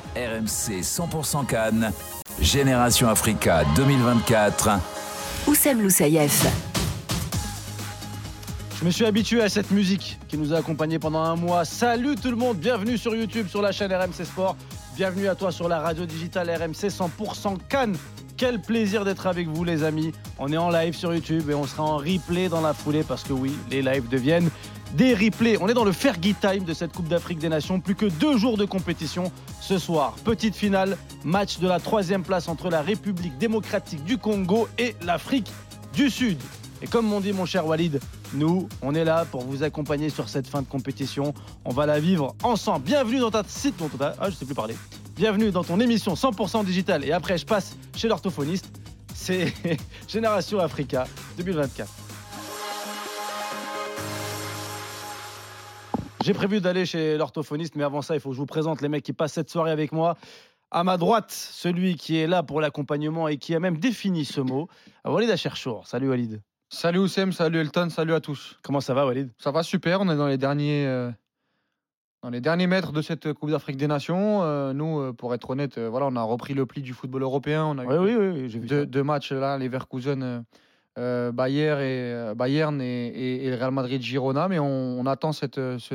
RMC 100% Cannes, Génération Africa 2024. Oussem Loussaïef. Je me suis habitué à cette musique qui nous a accompagnés pendant un mois. Salut tout le monde, bienvenue sur YouTube, sur la chaîne RMC Sport. Bienvenue à toi sur la radio digitale RMC 100% Cannes. Quel plaisir d'être avec vous les amis. On est en live sur YouTube et on sera en replay dans la foulée parce que oui, les lives deviennent des replays. On est dans le Fergie Time de cette Coupe d'Afrique des Nations. Plus que 2 jours de compétition ce soir. Petite finale, match de la 3e place entre la République démocratique du Congo et l'Afrique du Sud. Et comme m'ont dit mon cher Walid, nous, on est là pour vous accompagner sur cette fin de compétition. On va la vivre ensemble. Bienvenue dans ta site, je sais plus parler. Bienvenue dans ton émission 100% digitale. Et après, je passe chez l'orthophoniste. C'est Génération Africa 2024. J'ai prévu d'aller chez l'orthophoniste, mais avant ça, il faut que je vous présente les mecs qui passent cette soirée avec moi. À ma droite, celui qui est là pour l'accompagnement et qui a même défini ce mot, Walid Acharchour. Salut Walid. Salut Oussem, salut Elton, salut à tous. Comment ça va Walid ? Ça va super, on est dans les derniers mètres de cette Coupe d'Afrique des Nations. Nous, pour être honnête, on a repris le pli du football européen. On a eu j'ai vu deux matchs là, Leverkusen, Bayern et le Real Madrid Girona, mais on attend cette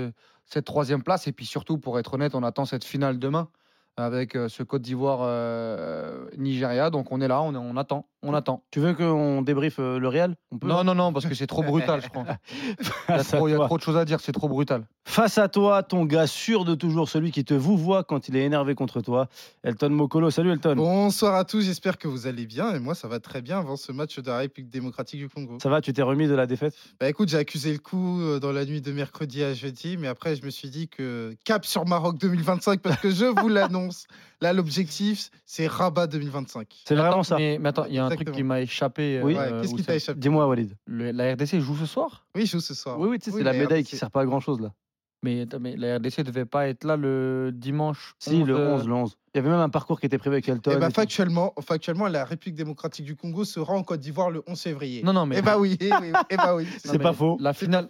3e place et puis surtout, pour être honnête, on attend cette finale demain avec ce Côte d'Ivoire-Nigeria. Donc on est là, on attend. Tu veux qu'on débriefe le Real ? Non, parce que c'est trop brutal, je crois. Il y a trop de choses à dire, c'est trop brutal. Face à toi, ton gars sûr de toujours, celui qui te vouvoie quand il est énervé contre toi, Elton Mokolo. Salut Elton. Bonsoir à tous, j'espère que vous allez bien. Et moi, ça va très bien avant ce match de la République démocratique du Congo. Ça va, tu t'es remis de la défaite ? Bah écoute, j'ai accusé le coup dans la nuit de mercredi à jeudi, mais après, je me suis dit que cap sur Maroc 2025, parce que je vous l'annonce. Là, l'objectif, c'est Rabat 2025. C'est vraiment ça. Mais attends, il y a un truc qui m'a échappé. Oui. Qu'est-ce qui t'a échappé ? Dis-moi Walid. La RDC joue ce soir ? Oui, il joue ce soir. Oui, tu sais, c'est la médaille qui sert pas à grand chose là. Mais la RDC devait pas être là le dimanche. Si, le 11. Il y avait même un parcours qui était prévu avec Elton. Factuellement, la République démocratique du Congo sera en Côte d'Ivoire le 11 février. Non, mais. Oui. C'est pas faux. La finale,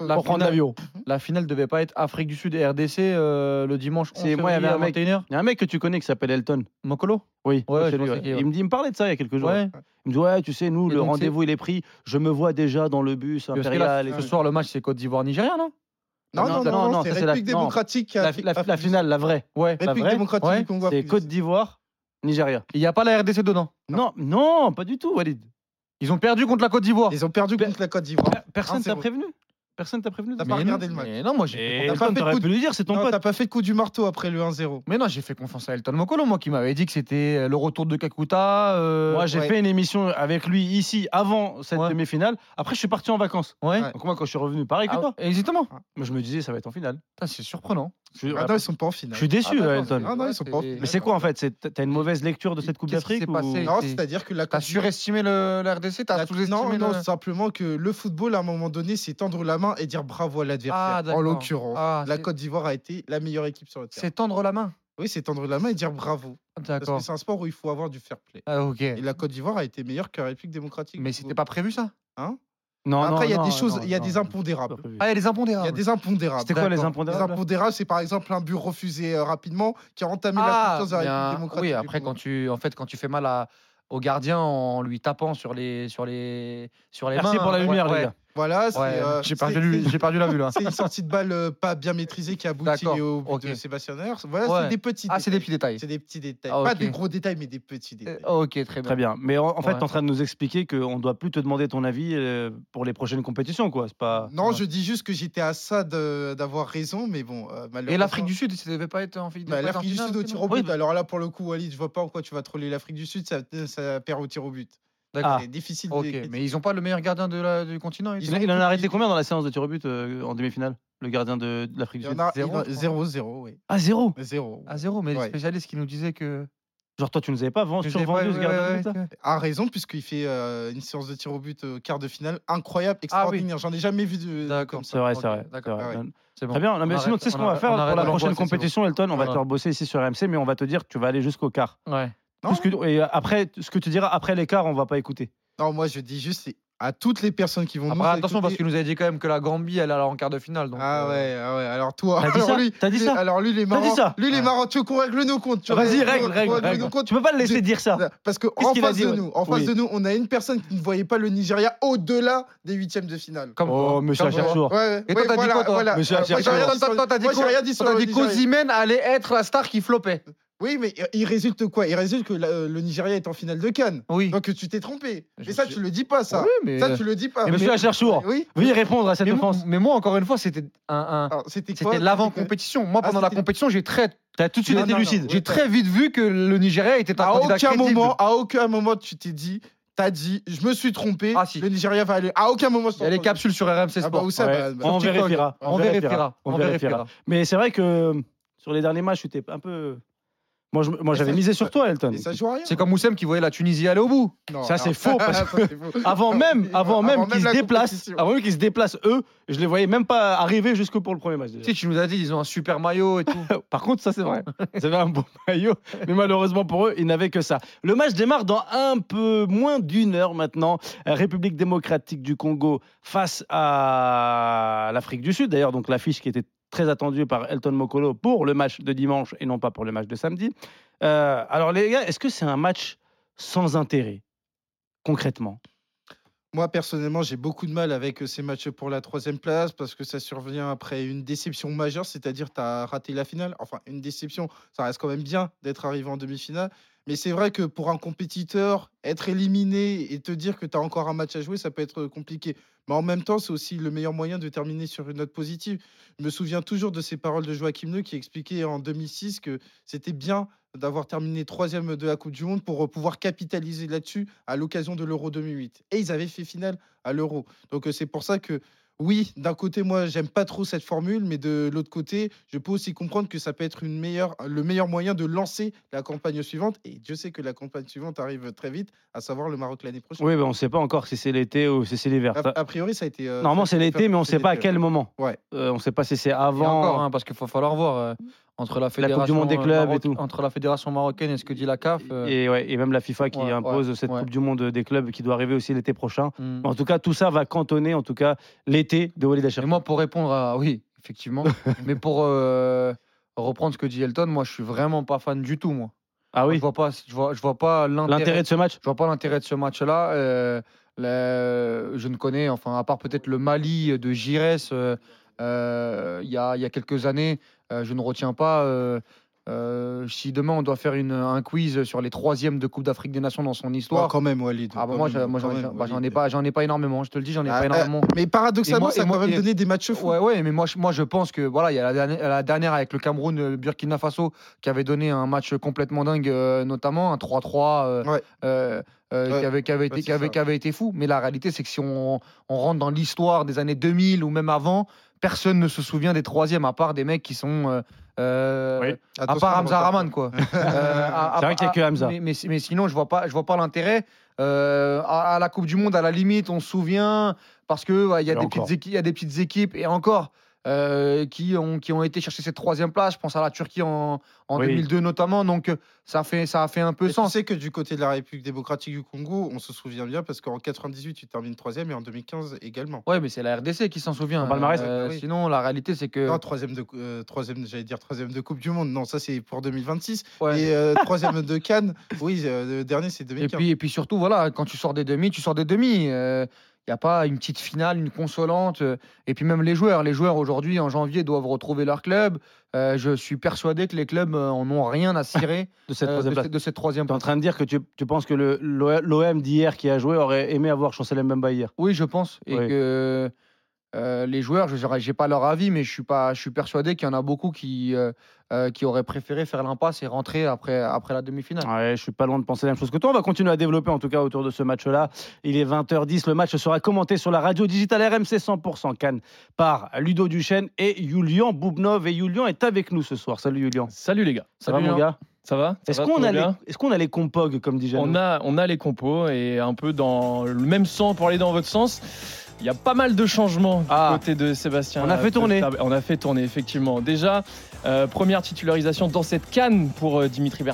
la finale devait pas être Afrique du Sud et RDC le dimanche 11 février à 21h. Il y a un mec que tu connais qui s'appelle Elton. Mokolo ? Oui. Ouais, il me parlait de ça il y a quelques jours. Ouais. Il me dit tu sais, nous, le rendez-vous il est pris. Je me vois déjà dans le bus impérial. Ce soir, le match c'est Côte d'Ivoire-Nigeria, non ? Non, c'est République démocratique. La finale, la vraie. Ouais. République démocratique du Congo. C'est Côte d'Ivoire, Nigeria. Il n'y a pas la RDC dedans. Non, pas du tout, Walid. Ils ont perdu contre la Côte d'Ivoire. Personne t'a prévenu ? Personne t'a prévenu ? T'as pas regardé le match. Non, moi j'ai. T'aurais pu lui dire, c'est ton pote. T'as pas fait de coup du marteau après le 1-0. Mais non, j'ai fait confiance à Elton Mokolo, moi qui m'avait dit que c'était le retour de Kakuta. Moi j'ai fait une émission avec lui ici avant cette demi-finale. Après je suis parti en vacances. Donc moi quand je suis revenu, pareil que toi. Exactement. Moi je me disais ça va être en finale. C'est surprenant. Non, ils sont pas en finale. Je suis déçu, Elton. Non, ils sont pas en finale. Mais c'est quoi en fait ? T'as une mauvaise lecture de cette Coupe d'Afrique Non, c'est-à-dire que t'as surestimé le RDC, t'as sous-estimé. Non, simplement que le football à un moment donné, c'est tendre la main et dire bravo à l'adversaire. En l'occurrence, la Côte d'Ivoire a été la meilleure équipe sur le terrain. C'est tendre la main. Oui, c'est tendre la main et dire bravo. D'accord. Parce que c'est un sport où il faut avoir du fair play. Ok. Et la Côte d'Ivoire a été meilleure que la République démocratique. Mais c'était pas prévu ça ? Non, après, il y a des choses, il y a des impondérables. Il y a des impondérables. Il y a des impondérables. C'était quoi les impondérables ? Les impondérables, c'est par exemple un but refusé rapidement qui a entamé la confiance de la République démocratique. Oui, après, quand tu fais mal au gardien en lui tapant sur les mains. Merci pour la lumière, les gars. Voilà, j'ai perdu la vue là. C'est une sortie de balle pas bien maîtrisée qui aboutit au but de Sébastien Haller. Voilà, c'est des petits détails. C'est des petits détails. C'est des petits détails. Pas des gros détails, mais des petits détails. Ok, très bien. Mais en fait, tu es en train de nous expliquer qu'on ne doit plus te demander ton avis pour les prochaines compétitions, quoi. C'est pas. Non, je dis juste que j'étais à ça d'avoir raison, mais bon, malheureusement. Et l'Afrique du Sud, ça devait pas être en finale. L'Afrique du Sud au tir au but. Alors là, pour le coup, Walid, je vois pas en quoi tu vas troller l'Afrique du Sud, ça perd au tir au but. C'est difficile. Mais ils n'ont pas le meilleur gardien du continent. Il en a arrêté combien dans la séance de tir au but en demi-finale ? Le gardien de l'Afrique du Sud ? 0-0, oui. Ah, 0 ? 0. Mais le spécialiste qui nous disait que. Genre toi tu nous avais pas survendu ce gardien de but ? A raison, puisqu'il fait une séance de tir au but quart de finale incroyable, extraordinaire. J'en ai jamais vu comme ça. C'est vrai. D'accord. C'est bon. Très bien. Mais sinon tu sais ce qu'on va faire pour la prochaine compétition, Elton ? On va te faire bosser ici sur RMC, mais on va te dire que tu vas aller jusqu'au quart. Ouais. Et après, ce que tu diras après l'écart, on va pas écouter. Non, moi je dis juste, c'est à toutes les personnes qui vont Après, nous attention, écouter. parce qu'il nous avait dit quand même que la Gambie, elle allait en quart de finale. Donc, Ah ouais. Alors toi, T'as dit alors ça lui, T'as dit ça alors lui, les T'as dit marrants, ça lui, les marrants, tu veux qu'on règle nos comptes. Vas-y, règle. nos comptes. Tu peux pas le laisser dire ça. Parce que Qu'est-ce en qu'il a face dit, de ouais. nous, en face Oui. de nous, on a une personne qui ne voyait pas le Nigeria au-delà des huitièmes de finale. Comme Oh, quoi. monsieur Comme quoi. Acherchour. Ouais, Et toi, t'as dit quoi, toi Monsieur Moi, j'ai Acherchour. rien dit sur- Toi, t'as dit moi, j'ai quoi rien dit sur T'as le dit Nigeria. qu'Osimhen allait être la star qui flopait. Oui, mais il résulte quoi? Il résulte que le Nigeria est en finale de Cannes. Oui. Donc tu t'es trompé. Je Mais ça, suis- tu le dis pas, ça. Oui, mais... Ça, tu le dis pas. Et monsieur Acherchour, Oui. veuillez répondre à cette mais, offense. mais moi, encore une fois, c'était Alors, c'était quoi? c'était l'avant-compétition. Moi, Ah, pendant la c'était- compétition, j'ai T'as tout de suite Non, été non, lucide. non. j'ai très vite vu que le Nigeria était un À candidat crédible. à aucun moment, tu t'es dit, t'as dit, je me suis trompé. Ah, si. Le Nigeria va aller. À aucun moment. Il y a les capsules sur RMC Ah bah, Sport. où ça Ouais. bah, On sur TikTok. vérifiera. On vérifiera. Mais c'est vrai que sur les derniers matchs, tu étais un peu. Moi, j'avais ça- misé sur toi, Elton. Et ça joue à rien. C'est comme Moussem qui voyait la Tunisie aller au bout. Non, Ça, c'est non. faux, parce Ça, que c'est faux. Avant même qu'ils se la déplacent, compétition. avant même qu'ils se déplacent eux, je les voyais même pas arriver jusque pour le premier match. Déjà. Tu sais, tu nous as dit, ils ont un super maillot et tout. Par contre, ça c'est vrai. Ils avaient un beau maillot, mais malheureusement pour eux, ils n'avaient que ça. Le match démarre dans un peu moins d'une heure maintenant. République démocratique du Congo face à l'Afrique du Sud. D'ailleurs, donc l'affiche qui était très attendue par Elton Mokolo pour le match de dimanche et non pas pour le match de samedi. Alors les gars, est-ce que c'est un match sans intérêt, concrètement? Moi, personnellement, j'ai beaucoup de mal avec ces matchs pour la 3e place parce que ça survient après une déception majeure, c'est-à-dire tu as raté la finale. Enfin, une déception, ça reste quand même bien d'être arrivé en demi-finale. Mais c'est vrai que pour un compétiteur, être éliminé et te dire que tu as encore un match à jouer, ça peut être compliqué. Mais en même temps, c'est aussi le meilleur moyen de terminer sur une note positive. Je me souviens toujours de ces paroles de Joachim Löw qui expliquait en 2006 que c'était bien d'avoir terminé 3e de la Coupe du Monde pour pouvoir capitaliser là-dessus à l'occasion de l'Euro 2008. Et ils avaient fait finale à l'Euro. Donc c'est pour ça que, oui, d'un côté, moi, j'aime pas trop cette formule, mais de l'autre côté, je peux aussi comprendre que ça peut être le meilleur moyen de lancer la campagne suivante. Et Dieu sait que la campagne suivante arrive très vite, à savoir le Maroc l'année prochaine. Oui, on ne sait pas encore si c'est l'été ou si c'est l'hiver. A priori, ça a été... Normalement, c'est l'été, mais on ne sait pas à quel moment. Ouais. On ne sait pas si c'est Et avant. encore, hein, parce qu'il va falloir voir entre la Coupe fédération du monde des clubs et tout. entre la fédération marocaine et ce que dit la CAF. Et même la FIFA qui Ouais, impose ouais, cette ouais. Coupe du monde des clubs qui doit arriver aussi l'été prochain. Hmm. En tout cas, tout ça va cantonner, en tout cas, l'été de Walid Et Acharchour. moi, pour répondre à. Oui, effectivement. Mais pour reprendre ce que dit Elton, moi, je suis vraiment pas fan du tout, moi. Ah oui, Je vois pas l'intérêt de ce match. Je vois pas l'intérêt de ce match-là. Je ne connais, enfin, à part peut-être le Mali de Giresse, il y a quelques années, je ne retiens pas. Si demain on doit faire un quiz sur les 3e de Coupe d'Afrique des Nations dans son histoire. Quand même, Walid. Ah bah quand moi, même, moi, quand même, Walid. j'en ai pas énormément. Je te le dis, j'en ai pas énormément. Mais paradoxalement, Et ça a moi- quand même et- donné des matchs fous. Ouais, mais moi, je pense que voilà, il y a la dernière avec le Cameroun, Burkina Faso, qui avait donné un match complètement dingue, notamment un 3-3 Ouais. qui avait été fou. Mais la réalité, c'est que si on rentre dans l'histoire des années 2000 ou même avant, personne ne se souvient des 3e, à part des mecs qui sont. Oui. À part Hamza Rahman, quoi. C'est vrai qu'il y a que Hamza. Mais sinon, je vois pas l'intérêt. À la Coupe du Monde, à la limite, on se souvient parce que il y a des petites équipes et encore qui ont été chercher cette 3e place. Je pense à la Turquie en Oui. 2002 notamment. Donc ça a fait un peu Et tu sens. sais que du côté de la République démocratique du Congo, on se souvient bien parce qu'en 98, tu termines 3e et en 2015 également. Ouais, mais c'est la RDC qui s'en souvient. En palmarès, oui. Sinon, la réalité, c'est que. Non, 3e de Coupe du Monde. Non, ça c'est pour 2026. Ouais. Et 3e de Cannes. Oui, le dernier c'est 2015. Et puis surtout, voilà, quand tu sors des demi, tu sors des demi. Il n'y a pas une petite finale, une consolante. Et puis même les joueurs aujourd'hui, en janvier, doivent retrouver leur club. Je suis persuadé que les clubs en ont rien à cirer De cette troisième place. de cette 3e Tu es en place. train de dire que tu penses que l'OM d'hier qui a joué aurait aimé avoir Chancel Mbemba hier. Oui, je pense. Et Oui. que les joueurs, je n'ai pas leur avis, mais je suis persuadé qu'il y en a beaucoup qui auraient préféré faire l'impasse et rentrer après la demi-finale. Ouais, je suis pas loin de penser la même chose que toi. On va continuer à développer en tout cas autour de ce match-là. Il est 20h10. Le match sera commenté sur la radio digitale RMC 100% Cannes par Ludo Duchesne et Julian Boubnov. Et Julian est avec nous ce soir. Salut Julian. Salut les gars. Ça va mon gars? Ça va? Est-ce qu'on a les compog comme dit Jeannot? On a les compos et un peu dans le même sens pour aller dans votre sens. Il y a pas mal de changements du côté de Sébastien. On a fait tourner. On a fait tourner, effectivement. Déjà, première titularisation dans cette CAN pour Dimitri Berthaud.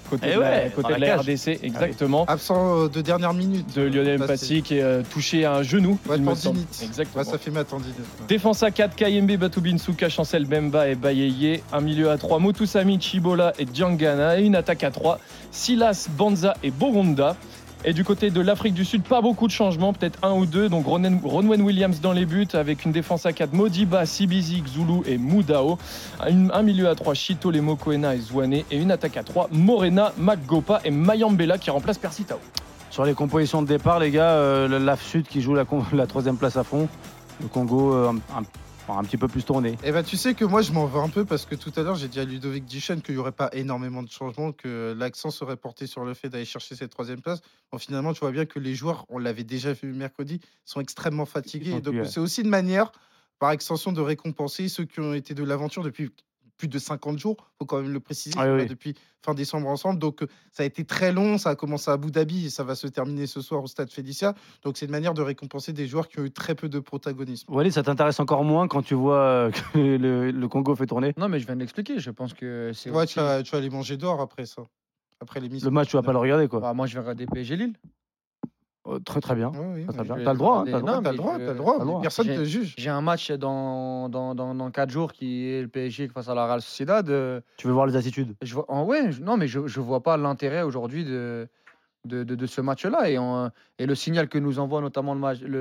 côté Eh de ouais, côté dans de la la cage. RDC, exactement. Absent de dernière minute. De Lionel Mpassi qui est touché à un genou. Ouais, il me semble. tendinite. Exactement. Ouais, ça fait ma tendinite. Défense à 4, Kayembe, Batubinsuka, Chancel Bemba et Bayeye. Un milieu à 3, Motusami, Chibola et Djangana. Et une attaque à 3, Silas, Banza et Boronda. Et du côté de l'Afrique du Sud, pas beaucoup de changements, peut-être un ou deux. Donc Ronwen Williams dans les buts avec une défense à 4, Modiba, Sibizi, Zulu et Moudao. Un milieu à 3, Chito, Lemo, Koena et Zouane. Et une attaque à 3, Morena, Maggopa et Mayambela qui remplace Percy Tau. Sur les compositions de départ, les gars, l'AF Sud qui joue la 3e place à fond. Le Congo un petit peu plus tourné. Eh ben, tu sais que moi, je m'en veux un peu parce que tout à l'heure, j'ai dit à Ludovic Duchesne qu'il n'y aurait pas énormément de changements, que l'accent serait porté sur le fait d'aller chercher cette 3e place. Bon, finalement, tu vois bien que les joueurs, on l'avait déjà vu mercredi, sont extrêmement fatigués. Donc, c'est aussi une manière, par extension, de récompenser ceux qui ont été de l'aventure depuis plus de 50 jours, il faut quand même le préciser, depuis fin décembre ensemble. Donc, ça a été très long, ça a commencé à Abu Dhabi et ça va se terminer ce soir au Stade Félicia. Donc, c'est une manière de récompenser des joueurs qui ont eu très peu de protagonisme. Walid, ça t'intéresse encore moins quand tu vois que le Congo fait tourner? Non, mais je viens de l'expliquer. Je pense que c'est. Ouais, aussi... tu vas aller manger dehors après ça. Après l'émission. Le match, tu vas pas le regarder, quoi. Bah, moi, je vais regarder PSG Lille. Très très bien. Oui, Très bien. je T'as le droit. vais T'as le droit. non, T'as le droit, t'as le droit. Personne ne te juge. J'ai un match dans 4 jours qui est le PSG face à la Real Sociedad. Tu veux voir les attitudes? Je vois, non, mais je vois pas l'intérêt aujourd'hui de ce match-là. Et le signal que nous envoie notamment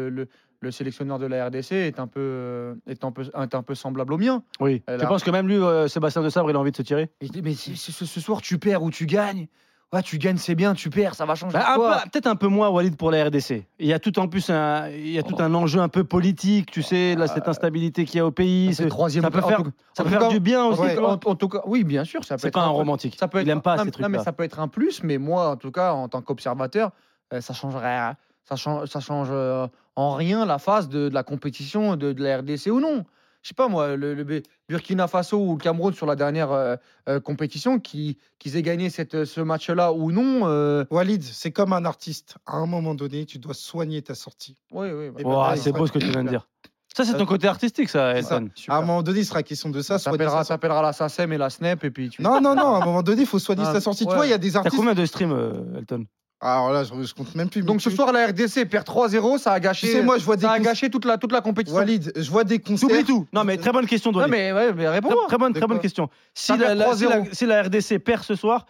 le sélectionneur de la RDC est un peu semblable au mien. Oui. Elle Tu a- penses que même lui, Sébastien de Sabre, il a envie de se tirer? Mais ce soir, tu perds ou tu gagnes. Ouais, tu gagnes, c'est bien, tu perds, ça va changer quoi. Peut-être un peu moins, Walid, pour la RDC. Il y a tout en plus un enjeu un peu politique, tu sais, là, cette instabilité qu'il y a au pays. C'est troisième ça peut faire, ça peut faire du bien aussi. ouais. toi. En tout cas, oui, bien sûr, ça peut C'est être pas un peu- romantique. Ça peut Il être aime pas non, ces non, mais trucs-là. ça peut être un plus, mais moi, en tout cas, en tant qu'observateur, ça changerait, ça change en rien la phase de la compétition de la RDC ou non. Je sais pas moi, le Burkina Faso ou le Cameroun sur la dernière compétition, qu'ils aient gagné ce match-là ou non. Walid, c'est comme un artiste. À un moment donné, tu dois soigner ta sortie. Oui. Et Oh, ben, c'est beau ce que tu viens de dire. Ça, c'est ton côté artistique, ça, C'est ça. Elton. À un moment donné, il sera question de ça. soigner sa sortie. T'appelleras la SACEM et la SNEP et puis tu. Non, à un moment donné, il faut soigner Ah, sa sortie. Tu ouais. vois, il y a des T'as artistes. combien de streams, Elton? Alors là, je compte même plus. mais Donc ce soir, la RDC perd 3-0, ça a gâché. Tu sais, moi, je vois des ça a cons- gâché toute la compétition. Walid, je vois des concerts. T'oublies tout. Non, mais très bonne question, Non, Walid. mais réponds. Très bonne quoi question. Si Ça perd 3-0. si la RDC perd ce soir,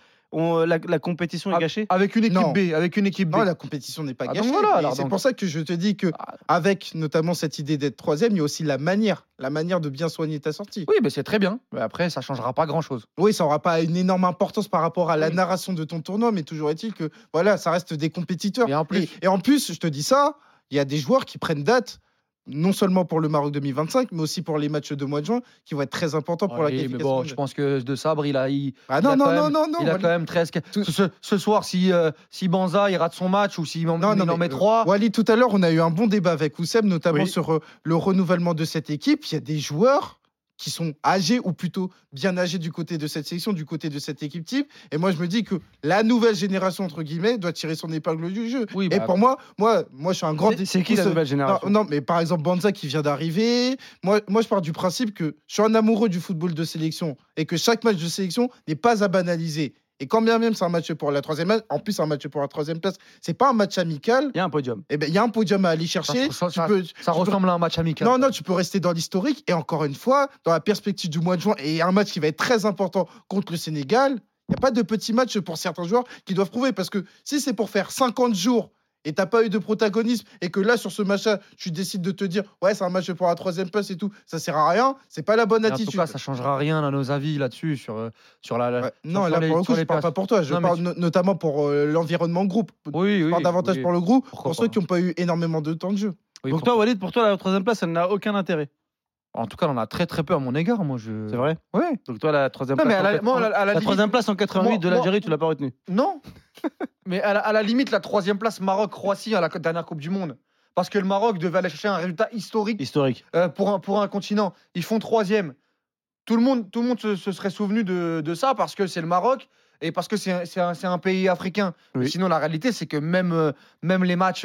la compétition est gâchée? Avec une équipe Non. B. Avec une équipe B. Non, la compétition n'est pas Ah, gâchée. donc voilà, Et alors c'est donc. pour ça que je te dis que, avec notamment cette idée d'être troisième, il y a aussi la manière de bien soigner ta sortie. Oui, mais c'est très bien. Mais après, ça changera pas grand-chose. Oui, ça n'aura pas une énorme importance par rapport à la Oui. narration de ton tournoi, mais toujours est-il que voilà, ça reste des compétiteurs. Et en plus- Et en plus, je te dis ça, il y a des joueurs qui prennent date, non seulement pour le Maroc 2025, mais aussi pour les matchs de mois de juin, qui vont être très importants pour la Oui, mais qualification. bon, mondiale. je pense que De Sabre, il a Ah il non, a non, quand non, même- non, non, il a Walid. quand même 13. Tout- Ce soir, si Banza il rate son match ou s'il en Non, met 3. Walid, tout à l'heure, on a eu un bon débat avec Oussem, notamment Oui. sur le renouvellement de cette équipe. Il y a des joueurs qui sont âgés, ou plutôt bien âgés du côté de cette sélection, du côté de cette équipe type. Et moi, je me dis que la nouvelle génération, entre guillemets, doit tirer son épingle du jeu. Oui, Et bah, pour moi, je suis un grand... C'est qui la Oussem- nouvelle génération? Non, mais par exemple, Banza qui vient d'arriver. Moi, je pars du principe que je suis un amoureux du football de sélection et que chaque match de sélection n'est pas à banaliser. Et quand bien même c'est un match pour la troisième place, en plus un match pour la troisième place, c'est pas un match amical. Il y a un podium. Eh ben, il y a un podium à aller chercher. Ça Tu peux- ça ressemble à un match amical. non, tu peux rester dans l'historique. Et encore une fois, dans la perspective du mois de juin, et un match qui va être très important contre le Sénégal, il n'y a pas de petit match pour certains joueurs qui doivent prouver. Parce que si c'est pour faire 50 jours et tu n'as pas eu de protagonisme, et que là, sur ce match-là, tu décides de te dire, ouais, c'est un match pour la troisième place et tout, ça sert à rien, c'est pas la bonne Mais en attitude. tout cas, ça changera rien à nos avis là-dessus sur la. Ouais. Non, sur là, les- pour le coup, sur je les parle pas places. pour toi. Je Non, mais parle notamment pour l'environnement groupe. Oui, Je parle davantage oui. pour le groupe, Pourquoi pour ceux pas. qui n'ont pas eu énormément de temps de jeu. Oui, Donc toi, Walid, pour toi, la troisième place, elle n'a aucun intérêt. En tout cas, on a très très peu à mon égard. Moi, C'est vrai? Ouais. Donc toi, la troisième Non, mais place, à la- en moi, à la la limite- troisième place en 88 de moi- l'Algérie, tu l'as pas retenue. Non. Mais à la limite, la troisième place Maroc-Croatie à la dernière Coupe du Monde. Parce que le Maroc devait aller chercher un résultat historique Historique. pour un continent. Ils font troisième. Tout le monde se serait souvenu de ça parce que c'est le Maroc et parce que c'est un pays africain. Oui. Mais sinon, la réalité, c'est que même les matchs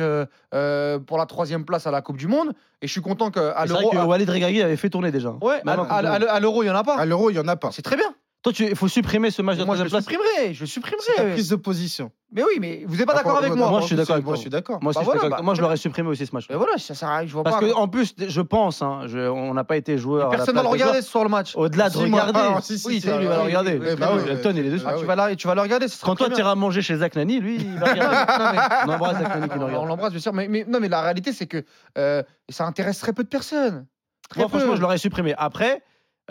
pour la troisième place à la Coupe du Monde, et je suis content qu'à C'est vrai l'Euro. que Walid Regragui avait fait tourner déjà. Ouais, Même en Coupe du Monde. à l'Euro, il n'y en a pas. À l'Euro, il n'y en a pas. C'est très bien. Toi, il faut supprimer ce match de Moi, je troisième place. je C'est ta supprimerai. prise de position. Mais oui, mais vous n'êtes pas d'accord avec moi. Moi, je suis d'accord avec Moi, toi. je suis d'accord. Moi, aussi, Bah je suis voilà, d'accord. bah, Moi, je l'aurais supprimé aussi ce match. Mais voilà, ça sert à rien, je vois Parce pas. qu'en plus, je pense, on n'a pas été joueur. à la Personne va le place des regarder joueurs. ce soir le match. Au-delà de Si, moi, regarder. si, Oui, si, lui, il va le regarder. oui, bah oui, Elton, il est dessus. Ah Tu oui. vas le regarder. Ce sera Quand toi, très tu bien. iras manger chez Zach Nani, lui, il va regarder. On embrasse Zach Nani qui nous On regarde. l'embrasse, bien sûr. Mais la réalité, c'est que ça intéresse très peu de personnes. Très Moi, peu. franchement, je l'aurais supprimé. Après,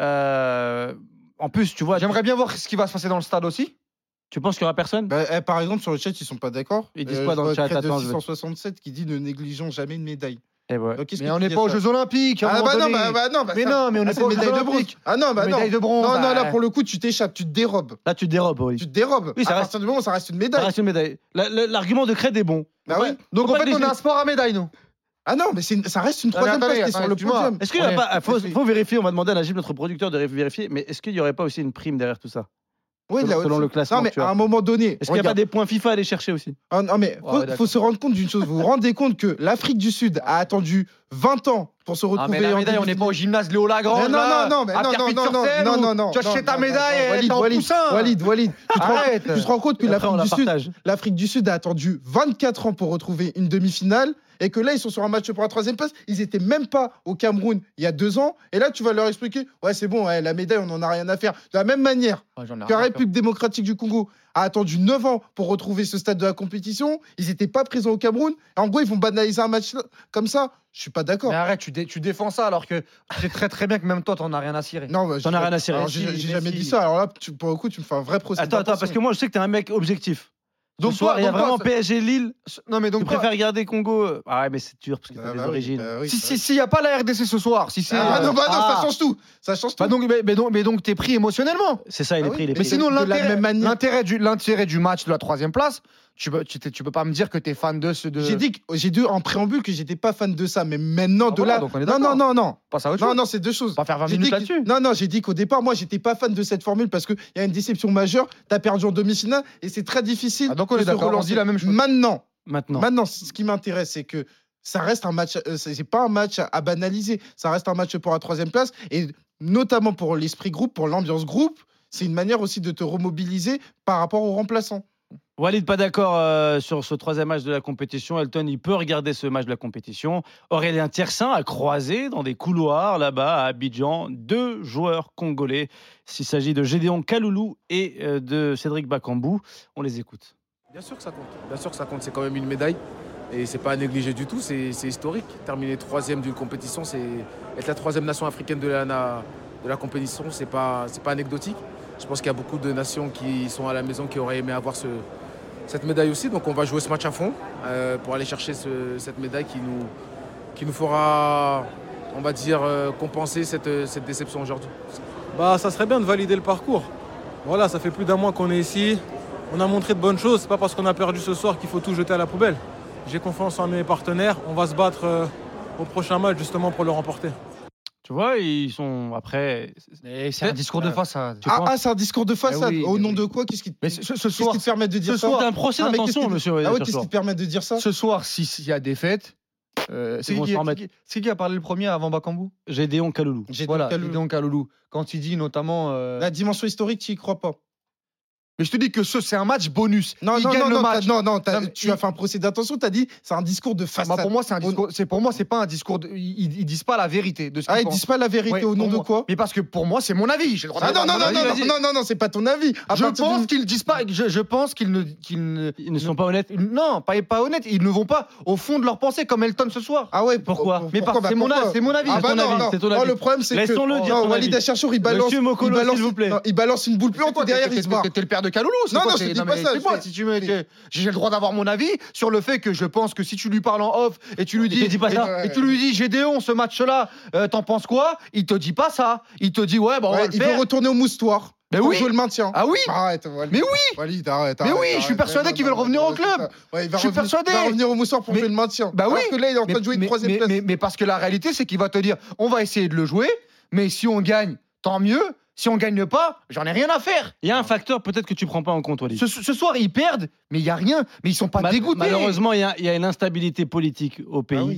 en plus, tu vois, J'aimerais bien voir ce qui va se passer dans le stade aussi. tu penses qu'il y aura personne? Bah, par exemple, sur le chat, ils sont pas d'accord. Ils disent quoi dans le chat? Crête de Attends, je vais- 667 qui dit ne négligeons jamais une médaille. Eh ouais. Donc, qu'est-ce Mais que on tu n'est dis pas à aux ça? Jeux Olympiques. à un Ah moment bah non, donné. non, Mais ça- non, mais on n'est c'est pas aux une Jeux médaille de bronze. Olympiques. Ah non, bah non. Médaille de bronze. Non, bah, là, pour le coup, tu t'échappes, tu te dérobes. Là, tu te dérobes, oui. Tu te dérobes. Oui, ça à reste- partir du moment où ça reste une Ça médaille. reste une médaille. L'argument de Cred est bon. Bah oui. Donc Faut en pas fait, on négliger- a un sport à médaille, nous. Ah non, mais ça reste une Ah, mais troisième place attendez, qui est sur le excuse-moi. podium. Est-ce qu'il n'y a Ouais. pas. Faut vérifier, on va demander à Najib, notre producteur, de vérifier, mais est-ce qu'il n'y aurait pas aussi une prime derrière tout ça? Oui, selon le classement Non, mais que tu as. à un moment donné. Est-ce qu'il n'y a pas des points FIFA à aller chercher aussi? Ah, non, mais Ouais, faut d'accord. se rendre compte d'une chose. Vous vous rendez compte que l'Afrique du Sud a attendu 20 ans pour se Ah, retrouver mais la en médaille, on n'est pas au gymnase Léo Lagrange. Mais non, là, non, mais à non, Pierrefitte-sur-Seine, où tu achètes ta médaille et t'es en poussin. Walid, Arrête. tu te rends compte que Et après, on la l'Afrique partage. du Sud a attendu 24 ans pour retrouver une demi-finale et que là, ils sont sur un match pour la troisième place. Ils étaient même pas au Cameroun il y a 2 ans. Et là, tu vas leur expliquer, ouais, c'est bon, ouais, la médaille, on n'en a rien à faire. De la même manière Ah, j'en ai que la rien à faire. République démocratique du Congo a attendu 9 ans pour retrouver ce stade de la compétition. Ils n'étaient pas présents au Cameroun. En gros, ils vont banaliser un match comme ça. Je suis pas d'accord. Mais arrête, tu défends ça alors que tu sais très bien que même toi, t'en as rien à cirer. Non, bah, T'en as rien à cirer. alors, Si, j'ai mais jamais si. dit ça. Alors là, pour le coup, tu me fais un vrai procès. Attends, parce que moi, je sais que t'es un mec objectif. Donc Ce soir, il y a donc vraiment ça- PSG Lille. Non, mais Tu donc préfères regarder Congo? Ah ouais, mais c'est dur parce que t'as des origines. s'il n'y a pas la RDC ce soir, si c'est. Ah non, bah non, ça ah. change tout. Ça change tout. Bah donc t'es pris émotionnellement. C'est ça, il est Ah pris. oui, Il est Mais pris. sinon, de la même manière. l'intérêt du match de la troisième place, tu peux pas me dire que t'es fan de ce. J'ai dit en préambule que j'étais pas fan de ça, mais maintenant Ah de voilà, là. donc on est Non, d'accord. non, non. Passe à autre Non, chose. non, c'est deux choses. Pas faire 20 J'ai minutes dit là-dessus. Non, j'ai dit qu'au départ, moi, j'étais pas fan de cette formule parce qu'il y a une déception majeure. T'as perdu en demi-finale et c'est très difficile. Ah, donc on est de se d'accord, on relancer. dit la même chose. Maintenant, ce qui m'intéresse, c'est que ça reste un match. C'est pas un match à banaliser. Ça reste un match pour la troisième place et notamment pour l'esprit groupe, pour l'ambiance groupe. C'est une manière aussi de te remobiliser par rapport aux remplaçants. Walid, pas d'accord sur ce troisième match de la compétition. Elton, il peut regarder ce match de la compétition. Aurélien Tiersin a croisé dans des couloirs là-bas à Abidjan 2 joueurs congolais. S'il s'agit de Gédéon Kaloulou et de Cédric Bakambu. On les écoute. Bien sûr que ça compte. Bien sûr que ça compte. C'est quand même une médaille. Et c'est pas à négliger du tout. C'est historique. Terminer 3e d'une compétition, c'est être la 3e nation africaine de la compétition. C'est pas anecdotique. Je pense qu'il y a beaucoup de nations qui sont à la maison qui auraient aimé avoir cette médaille aussi. Donc on va jouer ce match à fond pour aller chercher cette médaille qui nous fera, on va dire, compenser cette déception aujourd'hui. Bah, ça serait bien de valider le parcours. Voilà, ça fait plus d'un mois qu'on est ici. On a montré de bonnes choses. C'est pas parce qu'on a perdu ce soir qu'il faut tout jeter à la poubelle. J'ai confiance en mes partenaires. On va se battre au prochain match justement pour le remporter. Tu vois, ils sont après. C'est un discours de façade. C'est un discours de façade. oui, Au mais nom oui. de quoi? Qu'est-ce qui Mais ce soir, te permet de dire ça? C'est un procès Ah, mais d'intention, qu'est-ce qui- monsieur. Ah ouais, Chercheur. qu'est-ce qui te permet de dire ça? ce soir, s'il y a défaite, c'est vont s'en remettre. qui a parlé le premier avant Bakambu? Gédéon Kaloulou. Voilà, Kaloulou. Gédéon Kaloulou. Quand il dit notamment. La dimension historique, tu y crois pas? Mais je te dis que c'est un match bonus. Non, il non, gagne non, le non, match. non, Non, mais tu as fait un procès d'intention, tu as dit c'est un discours de Bah, façade. pour moi, c'est un discours. C'est pas un discours. Ils disent pas la vérité de ce qu'ils Ah, ils pensent. disent pas la vérité Ouais, au nom pour de moi. quoi? Mais parce que pour moi, c'est mon avis. J'ai le droit Ah d'avoir non, non, mon non, avis, non, vas-y. non, non, non, c'est pas ton avis. À Je partir pense du- qu'ils disent pas. Je pense qu'ils ne. Ils ne sont pas honnêtes. Non, pas honnêtes. Ils ne vont pas au fond de leur pensée comme Elton ce soir. Ah ouais, Pourquoi Mais pourquoi? c'est mon pourquoi avis. C'est mon avis. Ah c'est bah ton non, avis. non. c'est ton Oh, avis. le problème, c'est que Laissons-le dire non, son Walid avis. Acharchour, il balance, Monsieur Mokolo, il balance, s'il vous plaît. non, il balance une boule puante Toi, et derrière il se barre. t'es le père de Kaloulou. c'est Non, quoi, non, je te t'es- dis non, pas mais ça, c'est quoi, je- si tu me- j'ai le droit d'avoir mon avis sur le fait que je pense que si tu lui parles en off et tu lui Il dis te dit pas ça. et tu lui dis Gédéon, ce match-là, t'en penses quoi? Il te dit pas ça. Il te dit ouais, bon, on va Ouais, le il faire. veut retourner au moustoir. Mais pour oui. jouer le maintien. Ah oui. Arrête, Walid. Mais oui. Walid, arrête. Mais arrête, oui, je suis arrête. persuadé Ouais, qu'ils non, veulent revenir non, au club. c'est ça. Ouais, il va Je suis revenir- persuadé. Il va revenir au moussoir pour Mais- jouer le maintien. Bah oui. Alors que là, il est en train de jouer une troisième place. mais parce que la réalité, c'est qu'il va te dire on va essayer de le jouer, mais si on gagne, tant mieux. Si on gagne pas, j'en ai rien à faire. Il y a un facteur peut-être que tu prends pas en compte, Walid. Ce soir, ils perdent, mais il y a rien. Mais ils sont pas dégoûtés. Malheureusement, il y a une instabilité politique au pays Ah oui.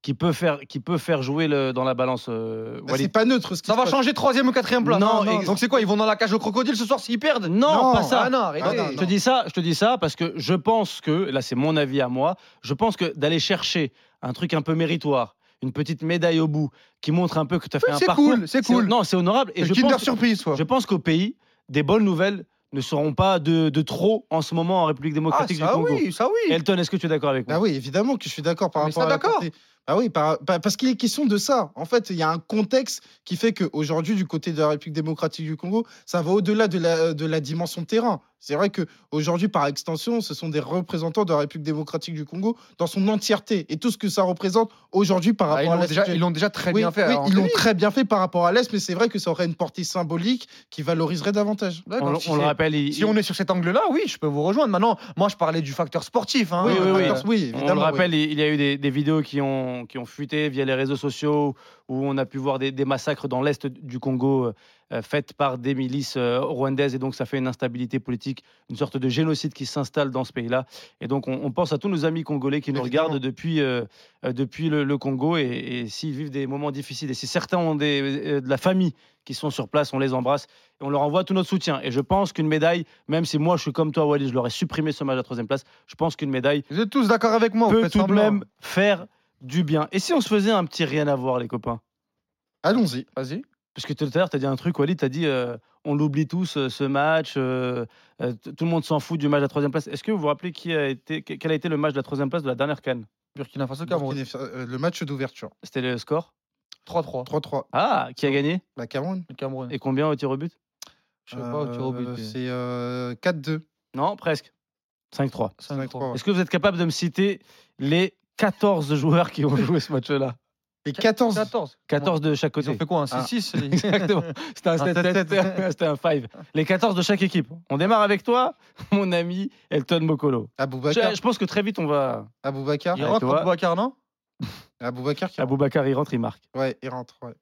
qui peut faire jouer dans la balance. Bah, Walid. c'est pas neutre. Ça va changer 3e ou 4e place. Non, Donc c'est quoi? Ils vont dans la cage au crocodile ce soir s'ils perdent? Non, pas ça. Ah non, arrêtez. non, Je te dis ça parce que je pense que, là c'est mon avis à moi, je pense que d'aller chercher un truc un peu méritoire, une petite médaille au bout, qui montre un peu que tu as fait un c'est parcours. cool, c'est cool. Non, c'est honorable. Et C'est Kinder Surprise, quoi. je pense qu'au pays, des bonnes nouvelles ne seront pas de trop en ce moment en République démocratique du ça Congo. oui, ça oui. Elton, est-ce que tu es d'accord avec moi? Ah oui, évidemment que je suis d'accord par Mais rapport ça, à la d'accord. portée. Ah oui, parce qu'il est question de ça. En fait, il y a un contexte qui fait qu'aujourd'hui, du côté de la République démocratique du Congo, ça va au-delà de la dimension terrain. C'est vrai qu'aujourd'hui, par extension, ce sont des représentants de la République démocratique du Congo dans son entièreté. Et tout ce que ça représente aujourd'hui par rapport à l'Est. Ils l'ont déjà très Oui, bien fait. oui, alors, ils l'ont Anthony. très bien fait par rapport à l'Est, mais c'est vrai que ça aurait une portée symbolique qui valoriserait davantage. D'accord, On le rappelle, Si on est sur cet angle-là, oui, je peux vous rejoindre. Maintenant, moi, je parlais du facteur sportif. Hein. Oui, oui, oui, on le évidemment. rappelle, il y a eu des vidéos qui ont fuité via les réseaux sociaux où on a pu voir des massacres dans l'est du Congo faites par des milices rwandaises et donc ça fait une instabilité politique, une sorte de génocide qui s'installe dans ce pays-là. Et donc on pense à tous nos amis congolais qui nous Évidemment. regardent depuis le Congo et s'ils vivent des moments difficiles et si certains ont de la famille qui sont sur place, on les embrasse et on leur envoie tout notre soutien. Et je pense qu'une médaille, même si moi je suis comme toi Walid, je leur ai supprimé ce match à la 3e place, je pense qu'une médaille Vous êtes tous d'accord avec moi. vous peut faites tout de semblant. même faire du bien. Et si on se faisait un petit rien à voir, les copains? Allons-y. Vas-y. Parce que tout à l'heure, tu as dit un truc, Walid, tu as dit on l'oublie tous, ce match, tout le monde s'en fout du match de la 3e place. Est-ce que vous vous rappelez quel a été le match de la 3e place de la dernière CAN? Burkina Faso, Cameroun. Le match d'ouverture. C'était le score? 3-3. 3-3. Ah, qui a gagné? La Cameroun. Le Cameroun. Et combien au tir au but? Je sais pas, au tir au but. C'est 4-2. Non, presque. 5-3. 5-3. Est-ce que vous êtes capable de me citer les 14 joueurs qui ont joué ce match-là? Et 14. 14 de chaque Ils côté. ont fait quoi? Un 6-6 Exactement. C'était un 7-7. C'était un 5. Les 14 de chaque équipe. On démarre avec toi, mon ami Elton Mokolo. Aboubacar. Je pense que très vite, on va. Aboubacar. Il rentre toi. Aboubacar, non? Aboubacar qui Aboubacar, il rentre, il marque. Ouais, il rentre. Ouais.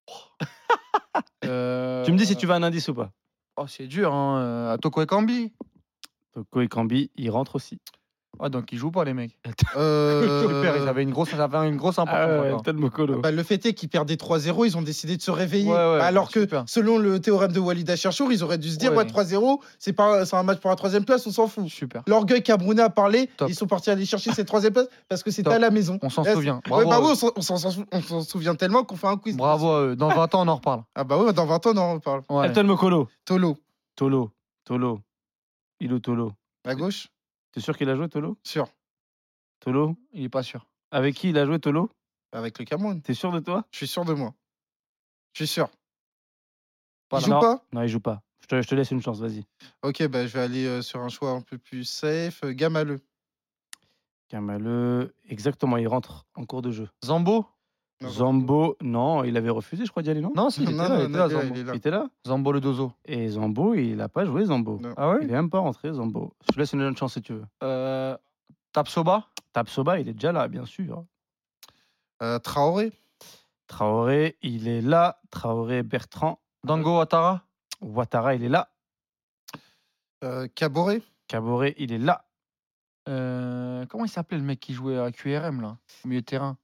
Tu me dis si tu veux un indice ou pas. Oh, c'est dur, hein. Toko Ekambi. Toko Ekambi, il rentre aussi. Ah, donc ils jouent pas, les mecs. Euh, Super, ils avaient une grosse importance. encore. Elton Mokolo. Bah, le fait est qu'ils perdaient 3-0, ils ont décidé de se réveiller. Ouais, ouais, alors que, super. selon le théorème de Walid Cherchour, ils auraient dû se dire Ouais. ouais, 3-0, c'est un match pour la 3e place, on s'en fout. Super. L'orgueil camerounais a parlé, Top. ils sont partis aller chercher cette 3e place parce que c'était Top. à la maison. On s'en Là, souvient. Ouais, Bravo. bah à oui, eux. on s'en souvient tellement qu'on fait un quiz. Bravo à eux. Dans 20 ans, on en reparle. Ah bah oui, dans 20 ans, on en reparle. Ouais. Elton Mokolo. Tolo, Tolo. Il est Tolo. à gauche, T'es sûr qu'il a joué Tolo? sûr. Tolo. Il est pas sûr. Avec qui il a joué Tolo? Avec le Cameroun. T'es sûr de toi? Je suis sûr de moi. Je suis sûr. Pas Il là. joue pas? Non, il joue pas. Je te laisse une chance, vas-y. Ok, bah, je vais aller sur un choix un peu plus safe. Gamaleux. Kamaleu, exactement, il rentre en cours de jeu. Zambo? Zambo, non, il avait refusé, je crois, d'y aller, non? Non, si, il était là, il était là, il Zambo. est là. Il était là. Zambo le dozo. Et Zambo, il n'a pas joué Zambo. Non. Ah Il est même pas rentré, Zambo. Je te laisse une chance si tu veux. Tapsoba? Tapsoba, il est déjà là, bien sûr. Traoré. Traoré, il est là. Traoré, Bertrand. Dango Ouattara? Ouattara, il est là. Caboret. Caboret, il est là. Comment il s'appelait le mec qui jouait à QRM, là? Au milieu de terrain.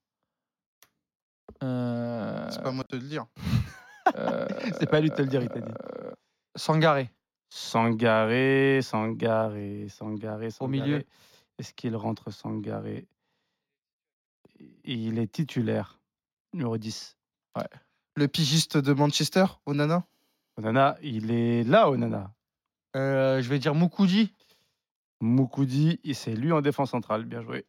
C'est pas moi de te le dire. C'est pas à lui de te le dire, il t'a dit. Sangaré. Sangaré. Au milieu. Est-ce qu'il rentre Sangaré? Il est titulaire. Numéro 10. Le pigiste de Manchester, Onana. Onana, il est là, Onana. Je vais dire Moukoudi. Moukoudi, c'est lui en défense centrale. Bien joué.